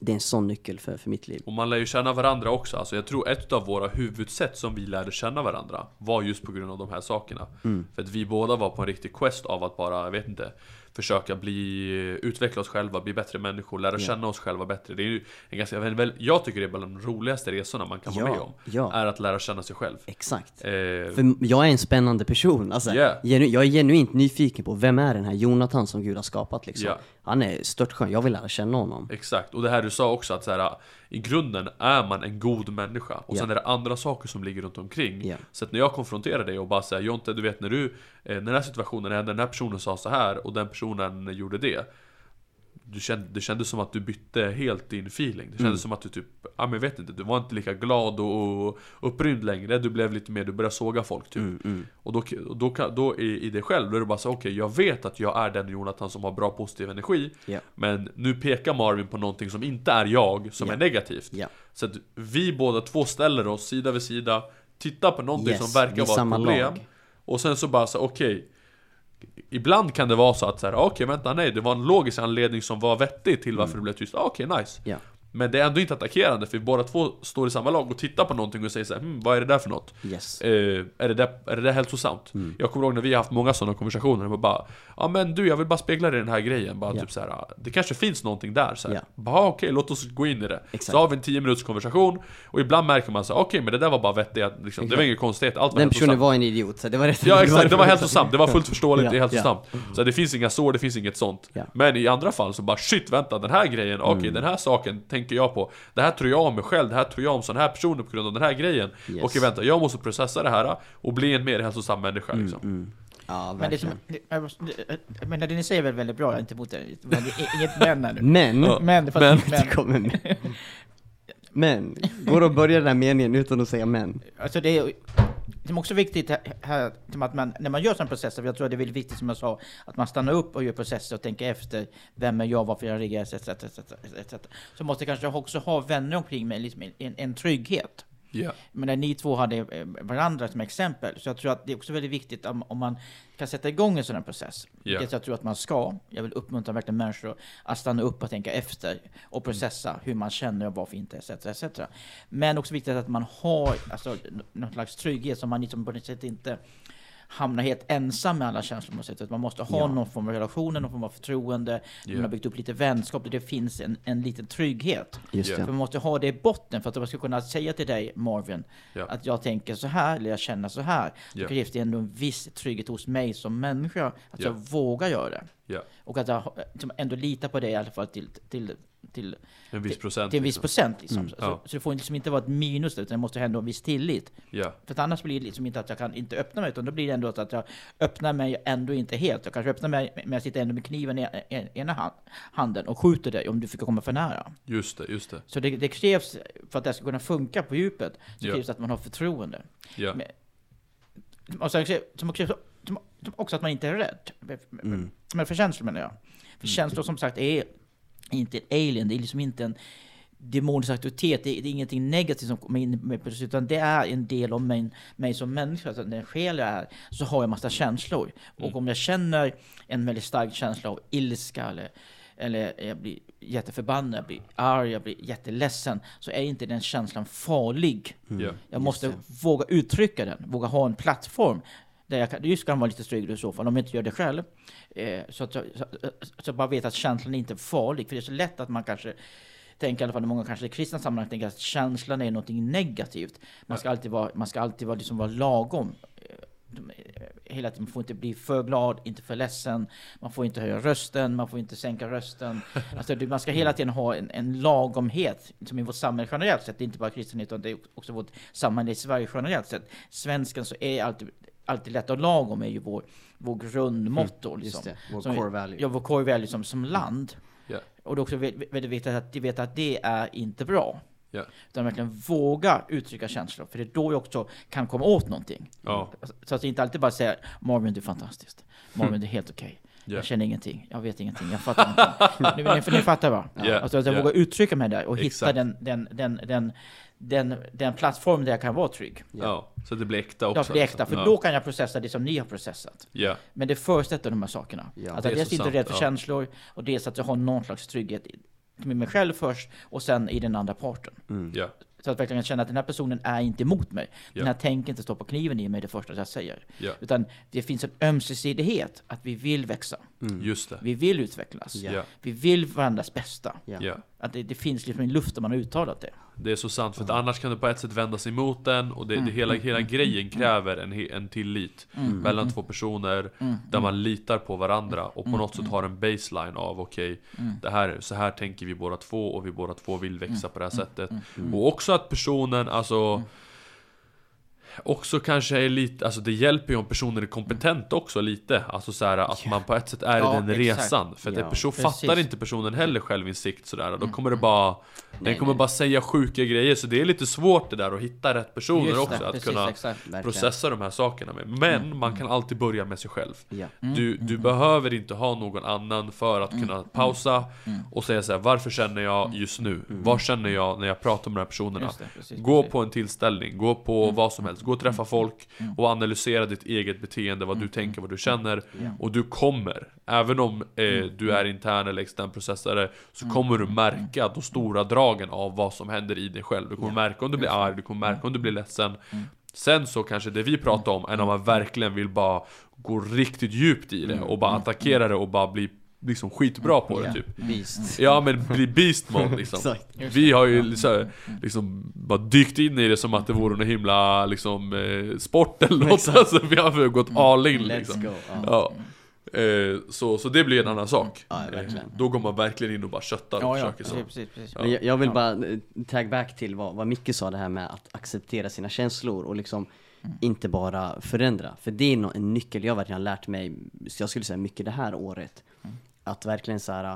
Det är en sån nyckel för, för mitt liv. Och man lär ju känna varandra också. Alltså jag tror ett av våra huvudsätt som vi lärde känna varandra var just på grund av de här sakerna. Mm. För att vi båda var på en riktig quest av att bara, jag vet inte, försöka bli, utveckla oss själva, bli bättre människor, lära yeah. känna oss själva bättre. Det är ju en ganska, väl, jag tycker det är bland de roligaste resorna man kan vara ja, med om. Ja. Är att lära känna sig själv. Exakt. Eh, För jag är en spännande person. Alltså, yeah. genu, jag är genuint nyfiken på vem är den här Jonathan som Gud har skapat. Liksom. Yeah. Han är stört skön, jag vill lära känna honom. Exakt, och det här du sa också att så här, i grunden är man en god människa. Och sen yeah. är det andra saker som ligger runt omkring. Yeah. Så att när jag konfronterar dig och bara säger Jonte, du vet när du, när den här situationen hände, den här personen sa så här och den personen gjorde det. Du kände, det kändes som att du bytte helt din feeling. Det kändes mm. som att du typ, ja men jag vet inte, du var inte lika glad och upprymd längre. Du blev lite mer, du började såga folk typ. Mm, mm. Och då, och då, då, då i, i det själv, då är det bara så okej, okay, jag vet att jag är den Jonathan som har bra positiv energi. Yeah. Men nu pekar Marvin på någonting som inte är jag, som yeah. är negativt. Yeah. Så att vi båda två ställer oss sida vid sida, tittar på någonting yes, som verkar vara ett problem. Lag. Och sen så bara så okej, okay, ibland kan det vara så att så här, okej okay, vänta nej, det var en logisk anledning som var vettig till varför mm. det blev tyst. Okej, okay, nice. Yeah. Men det är ändå inte attackerande, för båda två står i samma lag och tittar på någonting och säger så här, hm, vad är det där för något? Yes. Eh, är, det där, är det där hälsosamt? Mm. Jag kommer ihåg när vi har haft många sådana konversationer och bara, ja men du, jag vill bara spegla dig den här grejen. Bara yeah. typ så här, det kanske finns någonting där. Så här. Yeah. Bara okej, okay, låt oss gå in i det. Exakt. Så har vi en tio minuters konversation och ibland märker man så okej, okay, men det där var bara vettigt. Liksom. Det var ingen konstighet, allt var den personen var en idiot, så det var rätt. Ja exakt, det var hälsosamt, det var fullt förståeligt, yeah. det är hälsosamt. Yeah. Så det finns inga sår, det finns inget sånt. Yeah. Men i andra fall så bara, shit vänta, den här grejen, okej, okay, mm. den här saken tänker jag på. Det här tror jag om mig själv, det här tror jag om sån här personer på grund av den här grejen. Yes. Okej vänta, jag måste processa det här och bli en mer hälsosam människa liksom. Mm, mm. Ja, men, det som, men det ni säger väl väldigt bra, inte mot det, men det är inget men här nu. Men, ja. men, det men, men. kommer med. Men, går att börja den här meningen utan att säga men? Alltså det är, det är också viktigt här, att man, när man gör sådana processer, jag tror det är väldigt viktigt som jag sa, att man stannar upp och gör processer och tänker efter, vem är jag, varför jag reagerar, et cetera, et cetera, et cetera. Så måste kanske också ha vänner omkring mig, liksom en, en trygghet. Yeah. Men när ni två hade varandra som exempel, så jag tror att det är också väldigt viktigt om, om man kan sätta igång en sån här process. Yeah. Vilket jag tror att man ska. Jag vill uppmuntra verkligen människor att stanna upp och tänka efter och processa mm. hur man känner och varför inte, et cetera, et cetera. Men också viktigt att man har alltså, någon slags trygghet som man liksom på något sätt inte hamnar helt ensam med alla känslor. Att man måste ha ja. någon form av relation, någon form av förtroende. Yeah. Man har byggt upp lite vänskap. Det finns en, en liten trygghet. Just det. För man måste ha det i botten för att man ska kunna säga till dig, Marvin, yeah. att jag tänker så här eller jag känner så här. Yeah. Så krävs det ändå en viss trygghet hos mig som människa. Att yeah. jag vågar göra det. Yeah. Och att jag ändå litar på det i alla fall till... till till en viss procent, till en viss procent liksom. Mm, ja. så, så det får liksom inte vara ett minus utan det måste ändå ha en viss tillit. Ja. För att annars blir det liksom inte att jag kan inte öppna mig, utan då blir det ändå att jag öppnar mig ändå inte helt. Jag kanske öppnar mig men jag sitter ändå med kniven i ena handen och skjuter dig om du fick komma för nära. Just det, just det. Så det, det krävs, för att det ska kunna funka på djupet, så ja. krävs att man har förtroende. Ja. Men, och så som krävs också att man inte är rädd. Mm. Men för känslor menar jag. För mm. känslor som sagt är inte en alien, det är liksom inte en demonisk auktoritet, det är, det är ingenting negativt som kommer in med det, utan det är en del av mig, mig som människa. Alltså, när själ jag är så har jag massa känslor. Mm. Och om jag känner en väldigt stark känsla av ilska eller, eller jag blir jätteförbannad, jag blir arg, jag blir jätteledsen, så är inte den känslan farlig. Mm. Jag måste våga uttrycka den, våga ha en plattform där jag kan, just kan vara lite stryggare i så fall, om jag inte gör det själv. Eh, så att jag så, så jag bara vet att känslan är inte är farlig. För det är så lätt att man kanske tänker, i alla fall många kanske i kristna sammanhang tänker att känslan är något negativt. Man ska alltid vara, man ska alltid vara, liksom vara lagom. Hela tiden, man får inte bli för glad, inte för ledsen. Man får inte höja rösten, man får inte sänka rösten. Alltså, man ska hela tiden ha en, en lagomhet som i vårt samhälle generellt sett. Det är inte bara kristenhet, utan det är också vårt samhälle i Sverige generellt sett. Svenskan så är alltid alltid lätt och lagom är ju vår, vår grundmotto. Mm, liksom. Vår som, core value. Ja, vår core value som, som land. Yeah. Och det är också väldigt viktigt att de vet att det är inte bra. Yeah. Utan verkligen våga uttrycka känslor. För det är då jag också kan komma åt någonting. Oh. Så att jag inte alltid bara säger Marvin, du är fantastiskt. Marvin, det är helt okej. Okay. Yeah. Jag känner ingenting, jag vet ingenting, jag fattar ingenting. ni, ni, ni fattar va? Yeah. Alltså att jag yeah. vågar uttrycka mig där och Exakt. hitta den, den, den, den Den, den plattform där jag kan vara trygg. Ja, ja, så det blir äkta också. Ja, det blir äkta, för ja. då kan jag processa det som ni har processat. Ja. Men det förutsätter de här sakerna. Ja, att jag dels inte är rädd för ja. känslor och dels att jag har någon slags trygghet med mig själv först och sen i den andra parten. Mm. Ja. Så att jag verkligen känner att den här personen är inte emot mig. Den Ja. här tänker inte stå på kniven i mig det första jag säger. Ja. Utan det finns en ömsesidighet att vi vill växa. Just det. Vi vill utvecklas. Ja. Ja. Vi vill varandras bästa. Ja. Ja. Att det, det finns liksom en luft där man har uttalat det. Det är så sant, för att annars kan det på ett sätt vända sig emot den. Och det, det hela, hela grejen kräver en, he- en tillit mellan två personer där man litar på varandra och på något sätt har en baseline av okej, det här, så här tänker vi båda två och vi båda två vill växa på det här sättet. Och också att personen, alltså också kanske är lite, alltså det hjälper ju om personen är kompetent också lite. Alltså så här, att man på ett sätt är Ja, i den exakt. resan. För att Ja. en person Precis. fattar inte personen heller självinsikt sådär. Då kommer det bara, den Nej, kommer nej. bara säga sjuka grejer. Så det är lite svårt det där att hitta rätt personer Just det, också. Att precis, kunna exakt. Verkligen. processa de här sakerna med. Men man kan alltid börja med sig själv. Ja. Du, du behöver inte ha någon annan för att kunna pausa och säga så här: varför känner jag just nu? Vad känner jag när jag pratar med de här personerna? Just det, precis, Gå precis. på en tillställning, gå på vad som helst. Gå och träffa folk och analysera ditt eget beteende, vad du tänker, vad du känner. Och du kommer, även om eh, du är intern eller extern processare, så kommer du märka de stora dragen av vad som händer i dig själv. Du kommer märka om du blir arg, du kommer märka om du blir ledsen. Sen så kanske det vi pratar om är när man verkligen vill bara gå riktigt djupt i det och bara attackera det och bara bli liksom skitbra på det typ. Beast. Ja, men bli beast mode liksom. Exakt. Vi har ju liksom, liksom bara dykt in i det som att det vore en himla liksom, eh, sport eller något. Alltså, vi har gått all in Let's liksom. go. Ja. Ja. Eh, så, så det blir en annan sak. Ja, eh, verkligen. då går man verkligen in och bara köttar och Ja, ja, försöker så. precis, precis, precis. Men jag, jag vill bara eh, tag back till vad, vad Micke sa, det här med att acceptera sina känslor och liksom inte bara förändra. För det är nog en nyckel jag verkligen har lärt mig, så jag skulle säga mycket det här året. Att verkligen så här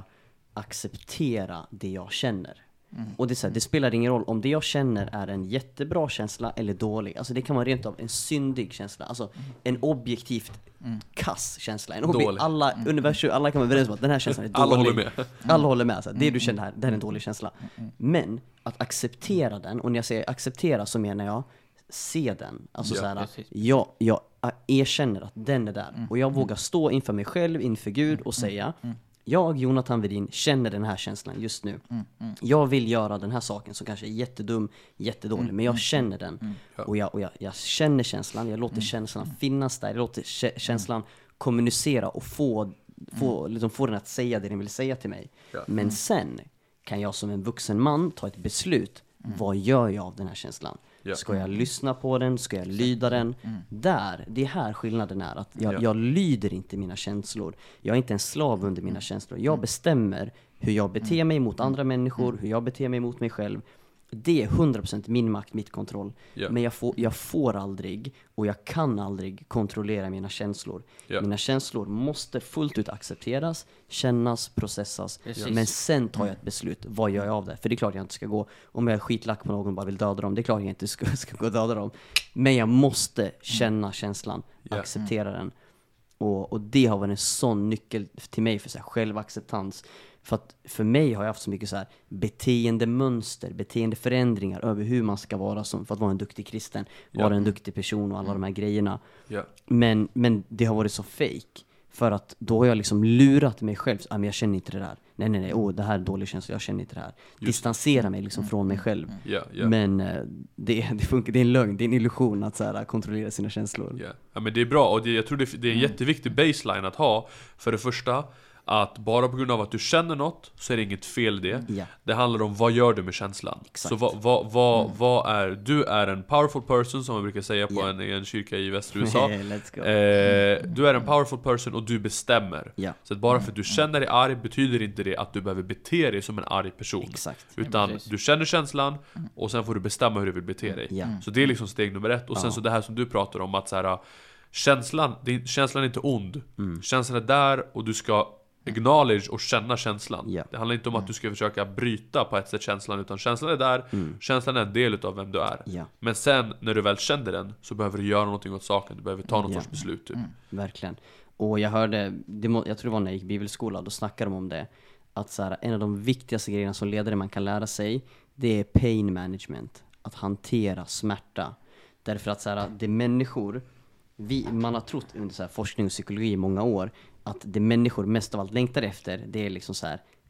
acceptera det jag känner. Och det, är så här, det spelar ingen roll om det jag känner är en jättebra känsla eller dålig. Alltså det kan vara rent av en syndig känsla. Alltså en objektivt kass känsla. En obje- Dålig. alla universum, alla kan vara överens om att den här känslan är dålig. Alla håller med. Alla håller med. Så här, det du känner här, det är en dålig känsla. Men att acceptera den, och när jag säger acceptera så menar jag se den. Alltså Ja, så här, precis. jag, jag erkänner att den är där. Och jag vågar stå inför mig själv, inför Gud och säga: jag, Jonathan Wedin, känner den här känslan just nu. Jag vill göra den här saken som kanske är jättedum, jättedålig, men jag känner den. Och, jag, och jag, jag känner känslan, jag låter känslan finnas där, jag låter kä- känslan kommunicera och få, få, liksom få den att säga det den vill säga till mig. Ja. Men sen kan jag som en vuxen man ta ett beslut. Vad gör jag av den här känslan? Ja. Ska jag lyssna på den? Ska jag lyda den? Där, det är här skillnaden är. Att jag, Ja. jag lyder inte mina känslor. Jag är inte en slav under mina känslor. Jag bestämmer hur jag beter mig mot andra människor, hur jag beter mig mot mig själv. Det är hundra procent min makt, mitt kontroll. Ja. Men jag får, jag får aldrig, och jag kan aldrig kontrollera mina känslor. Ja. Mina känslor måste fullt ut accepteras, kännas, processas. Precis. Men sen tar jag ett beslut. Vad gör jag av det? För det är klart jag inte ska gå, om jag är skitlack på någon och bara vill döda dem, det är klart jag inte ska, ska gå och döda dem. Men jag måste känna känslan, Ja. acceptera den. Och, och det har varit en sån nyckel till mig för så här, självacceptans. För att för mig har jag haft så mycket så här beteendemönster, beteendeförändringar över hur man ska vara som, för att vara en duktig kristen, vara Ja. en duktig person och alla de här grejerna. Ja. Men, men det har varit så fake. För att då har jag liksom lurat mig själv. Ah, men jag känner inte det där. Nej, nej, nej. Oh, det här är dålig känsla. Jag känner inte det här. Distansera mig liksom från mig själv. Ja, ja. Men eh, det, det funkar. Det är en lögn. Det är en illusion att så här, kontrollera sina känslor. Ja. Ja, men det är bra, och det, jag tror det, det är en jätteviktig baseline att ha. För det första, att bara på grund av att du känner något så är det inget fel i det. Ja. Det handlar om vad gör du med känslan. Exakt. Så vad, vad, vad, vad är, du är en powerful person, som man brukar säga på Ja. en, i en kyrka i västra U S A. Let's go. Eh, du är en powerful person och du bestämmer. Ja. Så att bara för att du känner dig arg betyder inte det att du behöver bete dig som en arg person. Exakt. Utan precis. du känner känslan och sen får du bestämma hur du vill bete dig. Ja. Så det är liksom steg nummer ett. Och sen Ja. så det här som du pratar om, att så här, känslan, det är, känslan är inte ond. Känslan är där och du ska acknowledge och känna känslan. Ja. Det handlar inte om att du ska försöka bryta på ett sätt känslan, utan känslan är där. Känslan är en del av vem du är. Ja. Men sen när du väl känner den så behöver du göra någonting åt saken. Du behöver ta något Ja. sorts beslut typ. Verkligen. Och jag hörde, det må, jag tror det var när jag gick bibelskola, då snackade de om det. Att så här, en av de viktigaste grejerna som ledare man kan lära sig, det är pain management. Att hantera smärta. Därför att så här, det människor, vi, man har trott under så här forskning och psykologi i många år, att det människor mest av allt längtar efter, det är liksom så här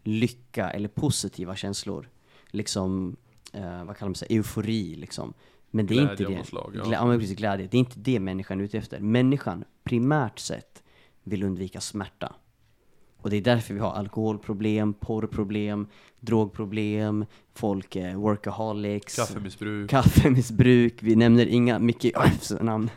lycka eller positiva känslor. Liksom, eh, vad kallar man sig, eufori liksom. Men det är glädje inte det. Slag, ja. Glä- ja, men precis, glädje. Det är inte det människan är ute efter. Människan primärt sett vill undvika smärta. Och det är därför vi har alkoholproblem, porrproblem, drogproblem, folk är workaholics, Kaffemissbruk. kaffemissbruk. Vi nämner inga mycket äh, namn.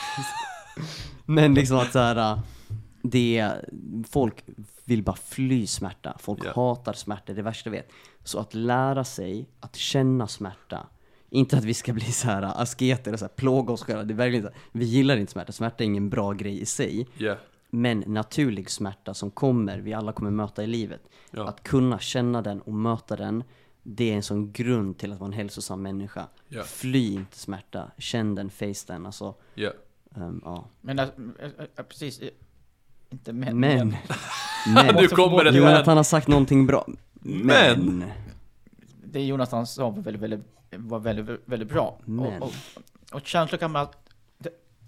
Men liksom att så här, det, folk vill bara fly smärta. Folk Yeah. hatar smärta, det värsta jag vet. Så att lära sig att känna smärta. Inte att vi ska bli så här asketer och så här, plåga oss själva. Det är verkligen så här, vi gillar inte smärta. Smärta är ingen bra grej i sig. Yeah. Men naturlig smärta som kommer, vi alla kommer möta i livet. Ja. Att kunna känna den och möta den, det är en sån grund till att vara en hälsosam människa. Ja. Fly inte smärta, känn den, face den. Alltså, Yeah. um, ja. Men äh, äh, precis, äh, inte men. Men, Men men nu kommer det Jonathan men. har sagt någonting bra. Men, Men. Det Jonathan sa var väldigt, väldigt, var väldigt, väldigt bra. Men. Och, och, och känslor kan man... Det,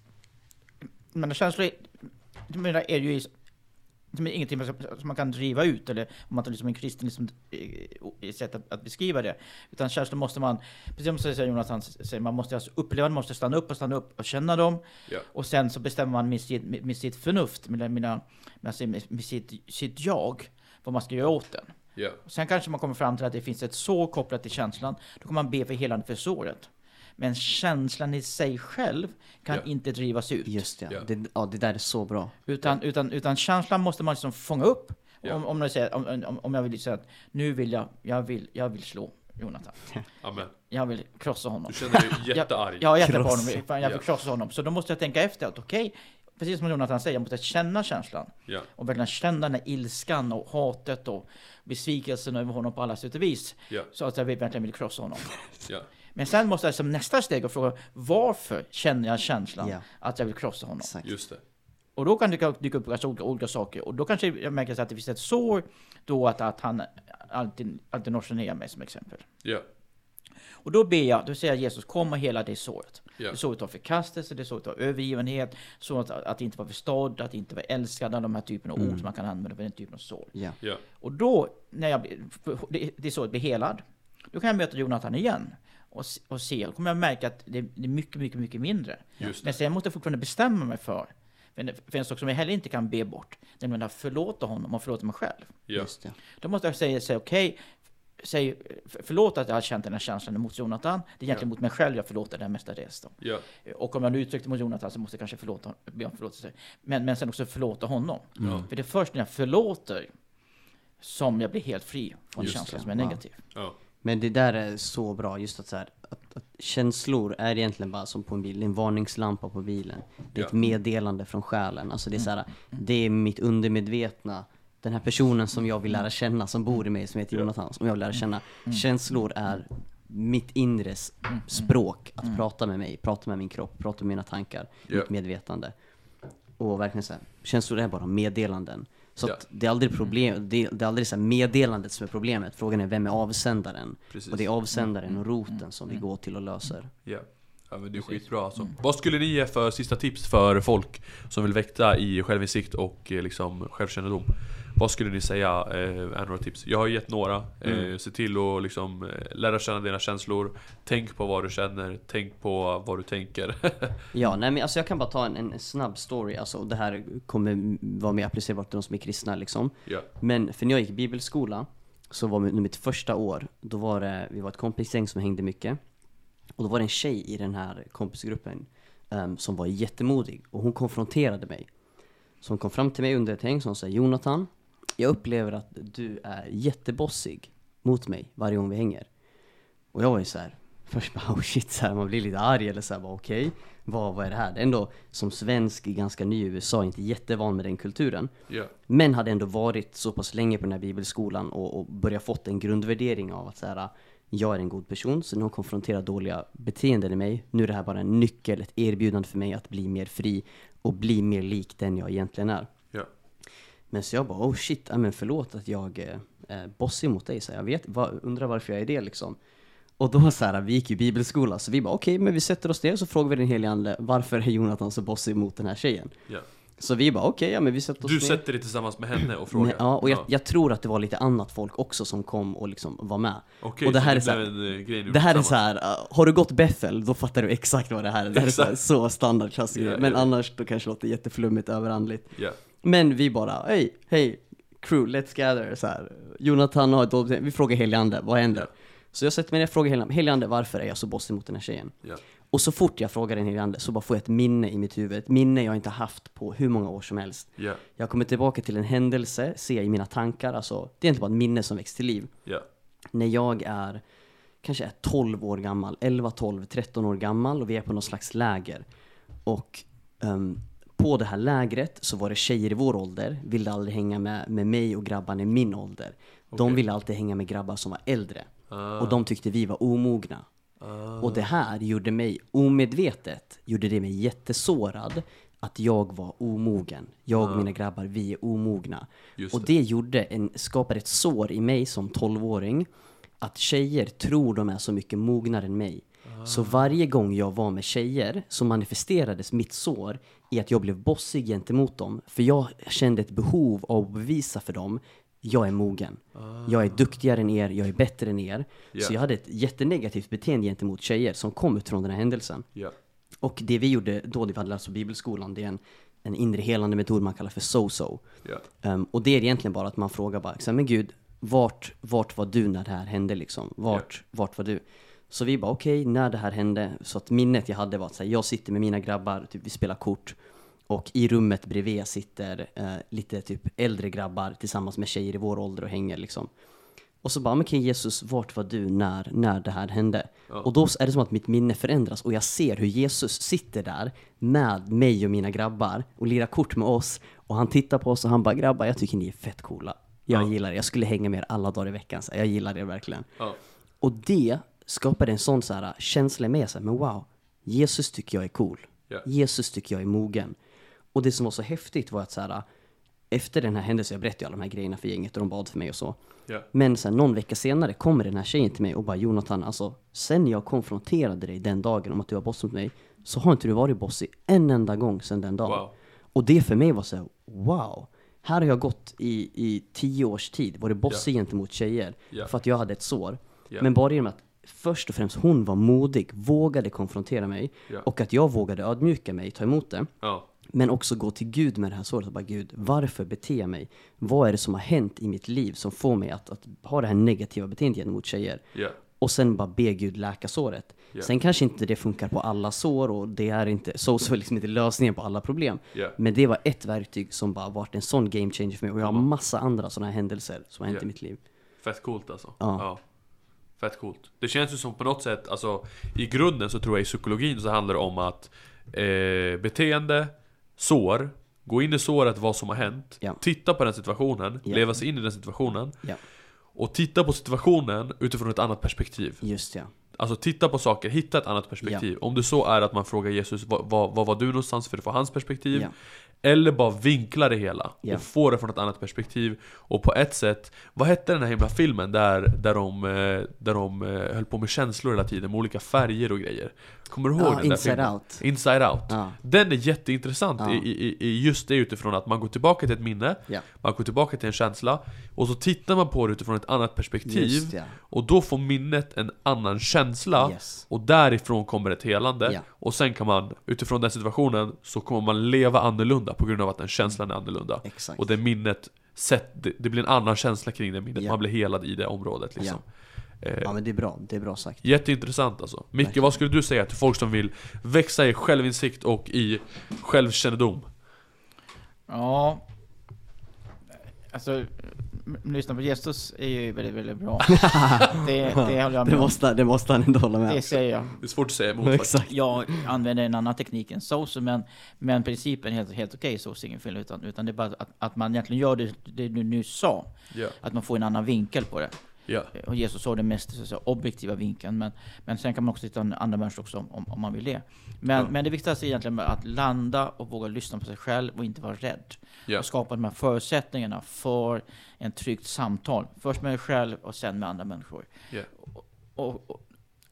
men känslor är, jag menar, är ju som är ingenting som man kan driva ut, eller om man tar liksom en kristen liksom, i sätt att, att beskriva det. Utan känslor måste man, precis som säger Jonathan, säger, man måste alltså uppleva, man måste stanna upp och stanna upp och känna dem. Ja. Och sen så bestämmer man med sitt, med, med sitt förnuft, med, mina, med, med, med sitt, sitt jag, vad man ska göra åt den. Ja. Och sen kanske man kommer fram till att det finns ett sår kopplat till känslan. Då kommer man be för helande för såret. Men känslan i sig själv kan Ja. inte drivas ut. just det, Ja. det, ja, det där är så bra. Utan, utan, utan känslan måste man liksom fånga upp. Ja. Om, om, jag säger, om, om, om jag vill säga att nu vill jag, jag vill, jag vill slå Jonathan. Amen. Jag vill krossa honom. Du känner dig jättearg. Jag är jättearg på Kross. honom. Fan, jag vill Ja. krossa honom. Så då måste jag tänka efter att okej, precis som Jonathan säger, jag måste känna känslan. Ja. Och verkligen känna den här ilskan och hatet och besvikelsen över honom på alla sätt och vis. Ja. Så att jag verkligen vill krossa honom. Ja. Men sen måste jag som nästa steg och fråga, varför känner jag känslan Ja. att jag vill krossa honom? Exakt. Just det. Och då kan det dyka upp ganska olika, olika saker. Och då kanske jag märker att det finns ett sår, då att, att han alltid, alltid nonchalerar mig som exempel. Ja. Och då ber jag, då säger jag Jesus, kom och hela det såret. Ja. Det såret av förkastelse, det såret av övergivenhet, så att, att inte vara förstådd, att inte vara älskad, de här typen av Mm. ord som man kan använda för den typen av sår. Ja. Ja. Och då, när jag, blir- det, det såret blir helad, då kan jag möta Jonathan igen. Och, s- och se, då kommer jag märka att det, det är mycket, mycket, mycket mindre. Just Men det. sen måste jag fortfarande bestämma mig för, för det finns också som jag heller inte kan be bort, nämligen att förlåta honom och förlåta mig själv. Ja. Just det. Då måste jag säga, säga okej, säg, för- förlåt att jag har känt den här känslan mot Jonathan. Det är egentligen mot mig själv jag förlåter det här mestadels då. Ja. Och om jag nu uttryckte mot Jonathan så måste jag kanske förlåta, be om förlåtelse. Men, men sen också förlåta honom. Ja. För det är först när jag förlåter som jag blir helt fri från Just känslan det. som är Wow. negativ. Ja. Men det där är så bra, just att, så här, att, att känslor är egentligen bara som på en bil, en varningslampa på bilen. Det är Ja. ett meddelande från själen. Alltså det är så här, det är mitt undermedvetna, den här personen som jag vill lära känna, som bor i mig, som heter Ja. Jonathan, som jag vill lära känna. Känslor är mitt inres språk, att prata med mig, prata med min kropp, prata med mina tankar, Ja. mitt medvetande. Och verkligen så här, känslor är bara meddelanden. Så Ja. att det är aldrig problem, det är, det är aldrig så här meddelandet som är problemet. Frågan är vem är avsändaren? Precis. Och det är avsändaren och roten som vi går till och löser. Ja. Ja, men det är skitbra alltså. Vad skulle ni ge för sista tips för folk som vill väcka i självinsikt och eh, liksom självkännedom? Vad skulle ni säga eh, är några tips? Jag har gett några. Eh, Mm. Se till att liksom, eh, lära känna dina känslor. Tänk på vad du känner. Tänk på vad du tänker. Ja, nej men alltså jag kan bara ta en, en snabb story. Alltså, och det här kommer vara mer applicerbart till de som är kristna liksom. Ja. Men för när jag gick i bibelskola så var det mitt första år. Då var det, vi var ett kompisgäng som hängde mycket. Och då var det en tjej i den här kompisgruppen um, som var jättemodig. Och hon konfronterade mig. Så hon kom fram till mig under ett häng som sa: Jonathan, jag upplever att du är jättebossig mot mig varje gång vi hänger. Och jag var ju så här, först bara oh shit, så här, man blir lite arg eller så här, bara okej, okay, vad, vad är det här? Det är ändå som svensk, ganska ny i U S A, inte jättevan med den kulturen. Ja. Men hade ändå varit så pass länge på den här bibelskolan och, och börjat fått en grundvärdering av att så här, jag är en god person, så när hon konfronterar dåliga beteenden i mig, nu är det här bara en nyckel, ett erbjudande för mig att bli mer fri och bli mer lik den jag egentligen är. Ja. Men så jag bara, oh shit, ja, men förlåt att jag är eh, bossig mot dig, så jag vet, vad, undrar varför jag är det liksom. Och då så här, vi gick ju bibelskola, så vi bara okej, okay, men vi sätter oss ner och så frågar vi den helige ande, varför är Jonathan så bossig mot den här tjejen? Ja. Så vi bara, okej, okay, ja men vi sätter oss Du ner. sätter dig tillsammans med henne och frågar? Men, ja, och jag, ja. jag tror att det var lite annat folk också som kom och liksom var med. Okej, och det så här det är så här, en, uh, grej det här är så här, uh, har du gått Bethel, då fattar du exakt vad det här är. Det här är så, här, så standard klassiker. Yeah, men yeah. annars då kanske det låter jätteflummigt överandligt. Yeah. Men vi bara, hej, hej, crew, let's gather. Så här. Jonathan har ett dåligt, vi frågar Heliande, vad händer? Yeah. Så jag sätter mig ner och frågar Heliande, Heliande, varför är jag så bossig mot den här tjejen? Yeah. Och så fort jag frågar den Heliande så bara får jag ett minne i mitt huvud. Ett minne jag inte haft på hur många år som helst. Yeah. Jag kommer tillbaka till en händelse, ser i mina tankar. Alltså, det är inte bara ett minne som väcks till liv. Yeah. När jag är kanske är tolv år gammal, elva, tolv, tretton år gammal och vi är på någon slags läger. Och um, på det här lägret så var det tjejer i vår ålder, ville aldrig hänga med, med mig och grabbarna i min ålder. Okay. De ville alltid hänga med grabbar som var äldre. Ah. Och de tyckte vi var omogna. Ah. Och det här gjorde mig omedvetet, gjorde det mig jättesårad att jag var omogen. Jag och ah. mina grabbar, vi är omogna. Just och det, det gjorde en, skapade ett sår i mig som tolvåring, att tjejer tror de är så mycket mognare än mig. Ah. Så varje gång jag var med tjejer så manifesterades mitt sår i att jag blev bossig gentemot dem. För jag kände ett behov av att bevisa för dem, jag är mogen. Ah. Jag är duktigare än er, jag är bättre än er. Yeah. Så jag hade ett jättenegativt beteende gentemot tjejer som kom ut från den här händelsen. Yeah. Och det vi gjorde då, det vi hade lärt oss på bibelskolan, det är en, en inre helande metod man kallar för so-so. Yeah. Um, och det är egentligen bara att man frågar bara, men Gud, vart, vart var du när det här hände liksom? Vart, yeah. vart var du? Så vi bara, okej, okay, när det här hände, så att minnet jag hade var att så här, jag sitter med mina grabbar, typ vi spelar kort. Och i rummet bredvid sitter eh, lite typ äldre grabbar tillsammans med tjejer i vår ålder och hänger liksom. Och så bara, men okej Jesus, vart var du när, när det här hände? Ja. Och då är det som att mitt minne förändras och jag ser hur Jesus sitter där med mig och mina grabbar och lirar kort med oss. Och han tittar på oss och han bara, grabbar, jag tycker ni är fett coola. Jag ja. gillar er, jag skulle hänga med er alla dagar i veckan. Så jag gillar er verkligen. Ja. Och det skapade en sån så här känsla med sig, men wow, Jesus tycker jag är cool. Ja. Jesus tycker jag är mogen. Och det som var så häftigt var att så här, efter den här händelsen, jag berättade alla de här grejerna för gänget och de bad för mig och så. Yeah. Men sen någon vecka senare kommer den här tjejen till mig och bara, Jonathan, alltså sen jag konfronterade dig den dagen om att du var boss mot mig, så har inte du varit bossig en enda gång sen den dagen. Wow. Och det för mig var så här, wow. Här har jag gått i, i tio års tid, varit bossig yeah. gentemot tjejer yeah. för att jag hade ett sår. Yeah. Men bara genom att först och främst hon var modig, vågade konfrontera mig yeah. och att jag vågade ödmjuka mig, ta emot det. Oh. Men också gå till Gud med det här såret och bara, Gud, varför beter jag mig? Vad är det som har hänt i mitt liv som får mig att, att ha det här negativa beteendet gentemot tjejer? Yeah. Och sen bara be Gud läka såret. Yeah. Sen kanske inte det funkar på alla sår och det är inte så, så liksom inte lösningen på alla problem. Yeah. Men det var ett verktyg som bara varit en sån game changer för mig. Och jag har massa andra sådana här händelser som har hänt yeah. i mitt liv. Fett coolt alltså. Ja. ja. Fett coolt. Det känns ju som på något sätt, alltså i grunden så tror jag i psykologin så handlar det om att eh, beteende, sår, gå in i såret, vad som har hänt, ja. titta på den situationen, ja. leva sig in i den situationen ja. och titta på situationen utifrån ett annat perspektiv. Just ja. Alltså titta på saker, hitta ett annat perspektiv. Ja. Om det så är att man frågar Jesus, vad, vad, vad var du någonstans för att få hans perspektiv? Ja. Eller bara vinkla det hela yeah. och få det från ett annat perspektiv. Och på ett sätt, vad hette den här himla filmen där, där, de, där de höll på med känslor hela tiden, med olika färger och grejer? Kommer du ihåg ah, den där Inside filmen? Out. Inside Out. Ah. Den är jätteintressant ah. i, i, i just det utifrån att man går tillbaka till ett minne, yeah. man går tillbaka till en känsla och så tittar man på det utifrån ett annat perspektiv. Just, yeah. Och då får minnet en annan känsla yes. och därifrån kommer ett helande yeah. och sen kan man, utifrån den situationen så kommer man leva annorlunda på grund av att den känslan är annorlunda. Exakt. Och det minnet sett, det, det blir en annan känsla kring det minnet, yeah. man blir helad i det området liksom. Yeah. Ja, men det är bra, det är bra sagt. Jätteintressant alltså. Micke, vad skulle du säga till folk som vill växa i självinsikt och i självkännedom? Ja, alltså lyssna på Jesus är ju väldigt, väldigt bra. det, det håller jag med det måste, det måste han inte hålla med. Det säger jag. Det är svårt att säga emot. Exakt. Jag använder en annan teknik än SOSO, men, men principen är helt, helt okej, SOSO är ingen fel, utan, utan det är bara att, att man egentligen gör det, det du nu sa. Yeah. Att man får en annan vinkel på det. Yeah. Och Jesus sa det mest så att säga, objektiva vinkeln, men, men sen kan man också hitta andra människor också om, om man vill det. Men, yeah. men det viktigaste är egentligen att landa och våga lyssna på sig själv och inte vara rädd. Yeah. Och skapa de här förutsättningarna för en tryggt samtal. Först med dig själv och sen med andra människor. Yeah. Och, och, och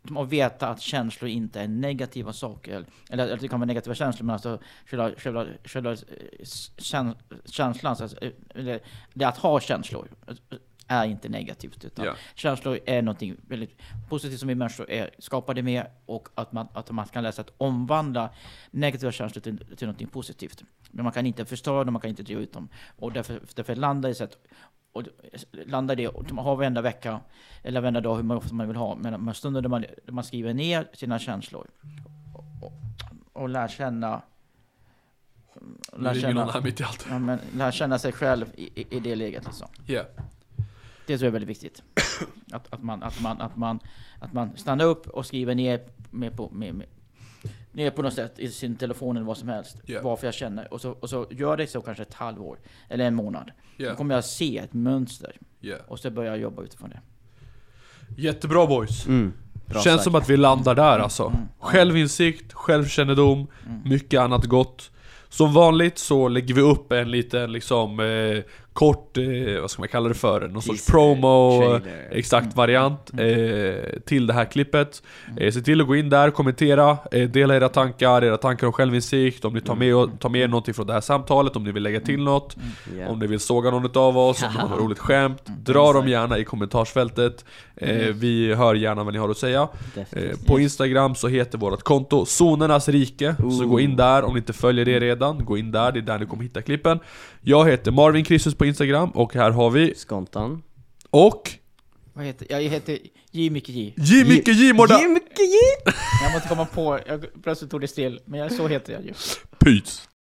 att veta att känslor inte är negativa saker, eller att det kan vara negativa känslor, men alltså själva, själva, själva känslan, alltså, eller det att ha känslor är inte negativt, utan yeah. känslor är något väldigt positivt som vi människor är skapade med, och att man, att man kan läsa att omvandla negativa känslor till, till något positivt. Men man kan inte förstöra dem, man kan inte driva ut dem, och därför, därför landar det så att och landar det, och man har varenda vecka eller varenda dag hur ofta man vill ha, men man stunder där man, där man skriver ner sina känslor och, och, och lär känna lär känna, ja, men, lär känna sig själv i, i, i det läget liksom. Yeah. Det tror jag är väldigt viktigt. Att, att, man, att, man, att, man, att man stannar upp och skriver ner med på, med, med, ner på något sätt i sin telefon eller vad som helst. Yeah. Varför jag känner. Och så, och så gör det så kanske ett halvår eller en månad. Yeah. Då kommer jag se ett mönster. Yeah. Och så börjar jag jobba utifrån det. Jättebra boys. Mm. Känns sagt. Som att vi landar där alltså. Mm. Självinsikt, självkännedom, mm. mycket annat gott. Som vanligt så lägger vi upp en liten liksom eh, kort, eh, vad ska man kalla det för? Någon sorts promo, trailer. Exakt variant eh, till det här klippet. Eh, se till att gå in där, kommentera, eh, dela era tankar, era tankar om självinsikt, om ni tar med, tar med någonting från det här samtalet, om ni vill lägga till något, yeah. om ni vill såga något av oss, om ni har något roligt skämt, dra dem gärna i kommentarsfältet. Eh, vi hör gärna vad ni har att säga. Eh, på Instagram så heter vårt konto Zonernas rike, Ooh. Så gå in där om ni inte följer det redan. Gå in där, det är där ni kommer hitta klippen. Jag heter Marvin Kristus på Instagram, och här har vi Skontan. Och vad heter jag? heter J Micke J. J Micke J Morda. J Micke J. Jag måste komma på, jag plötsligt tog det still, men jag, så heter jag ju. Peace.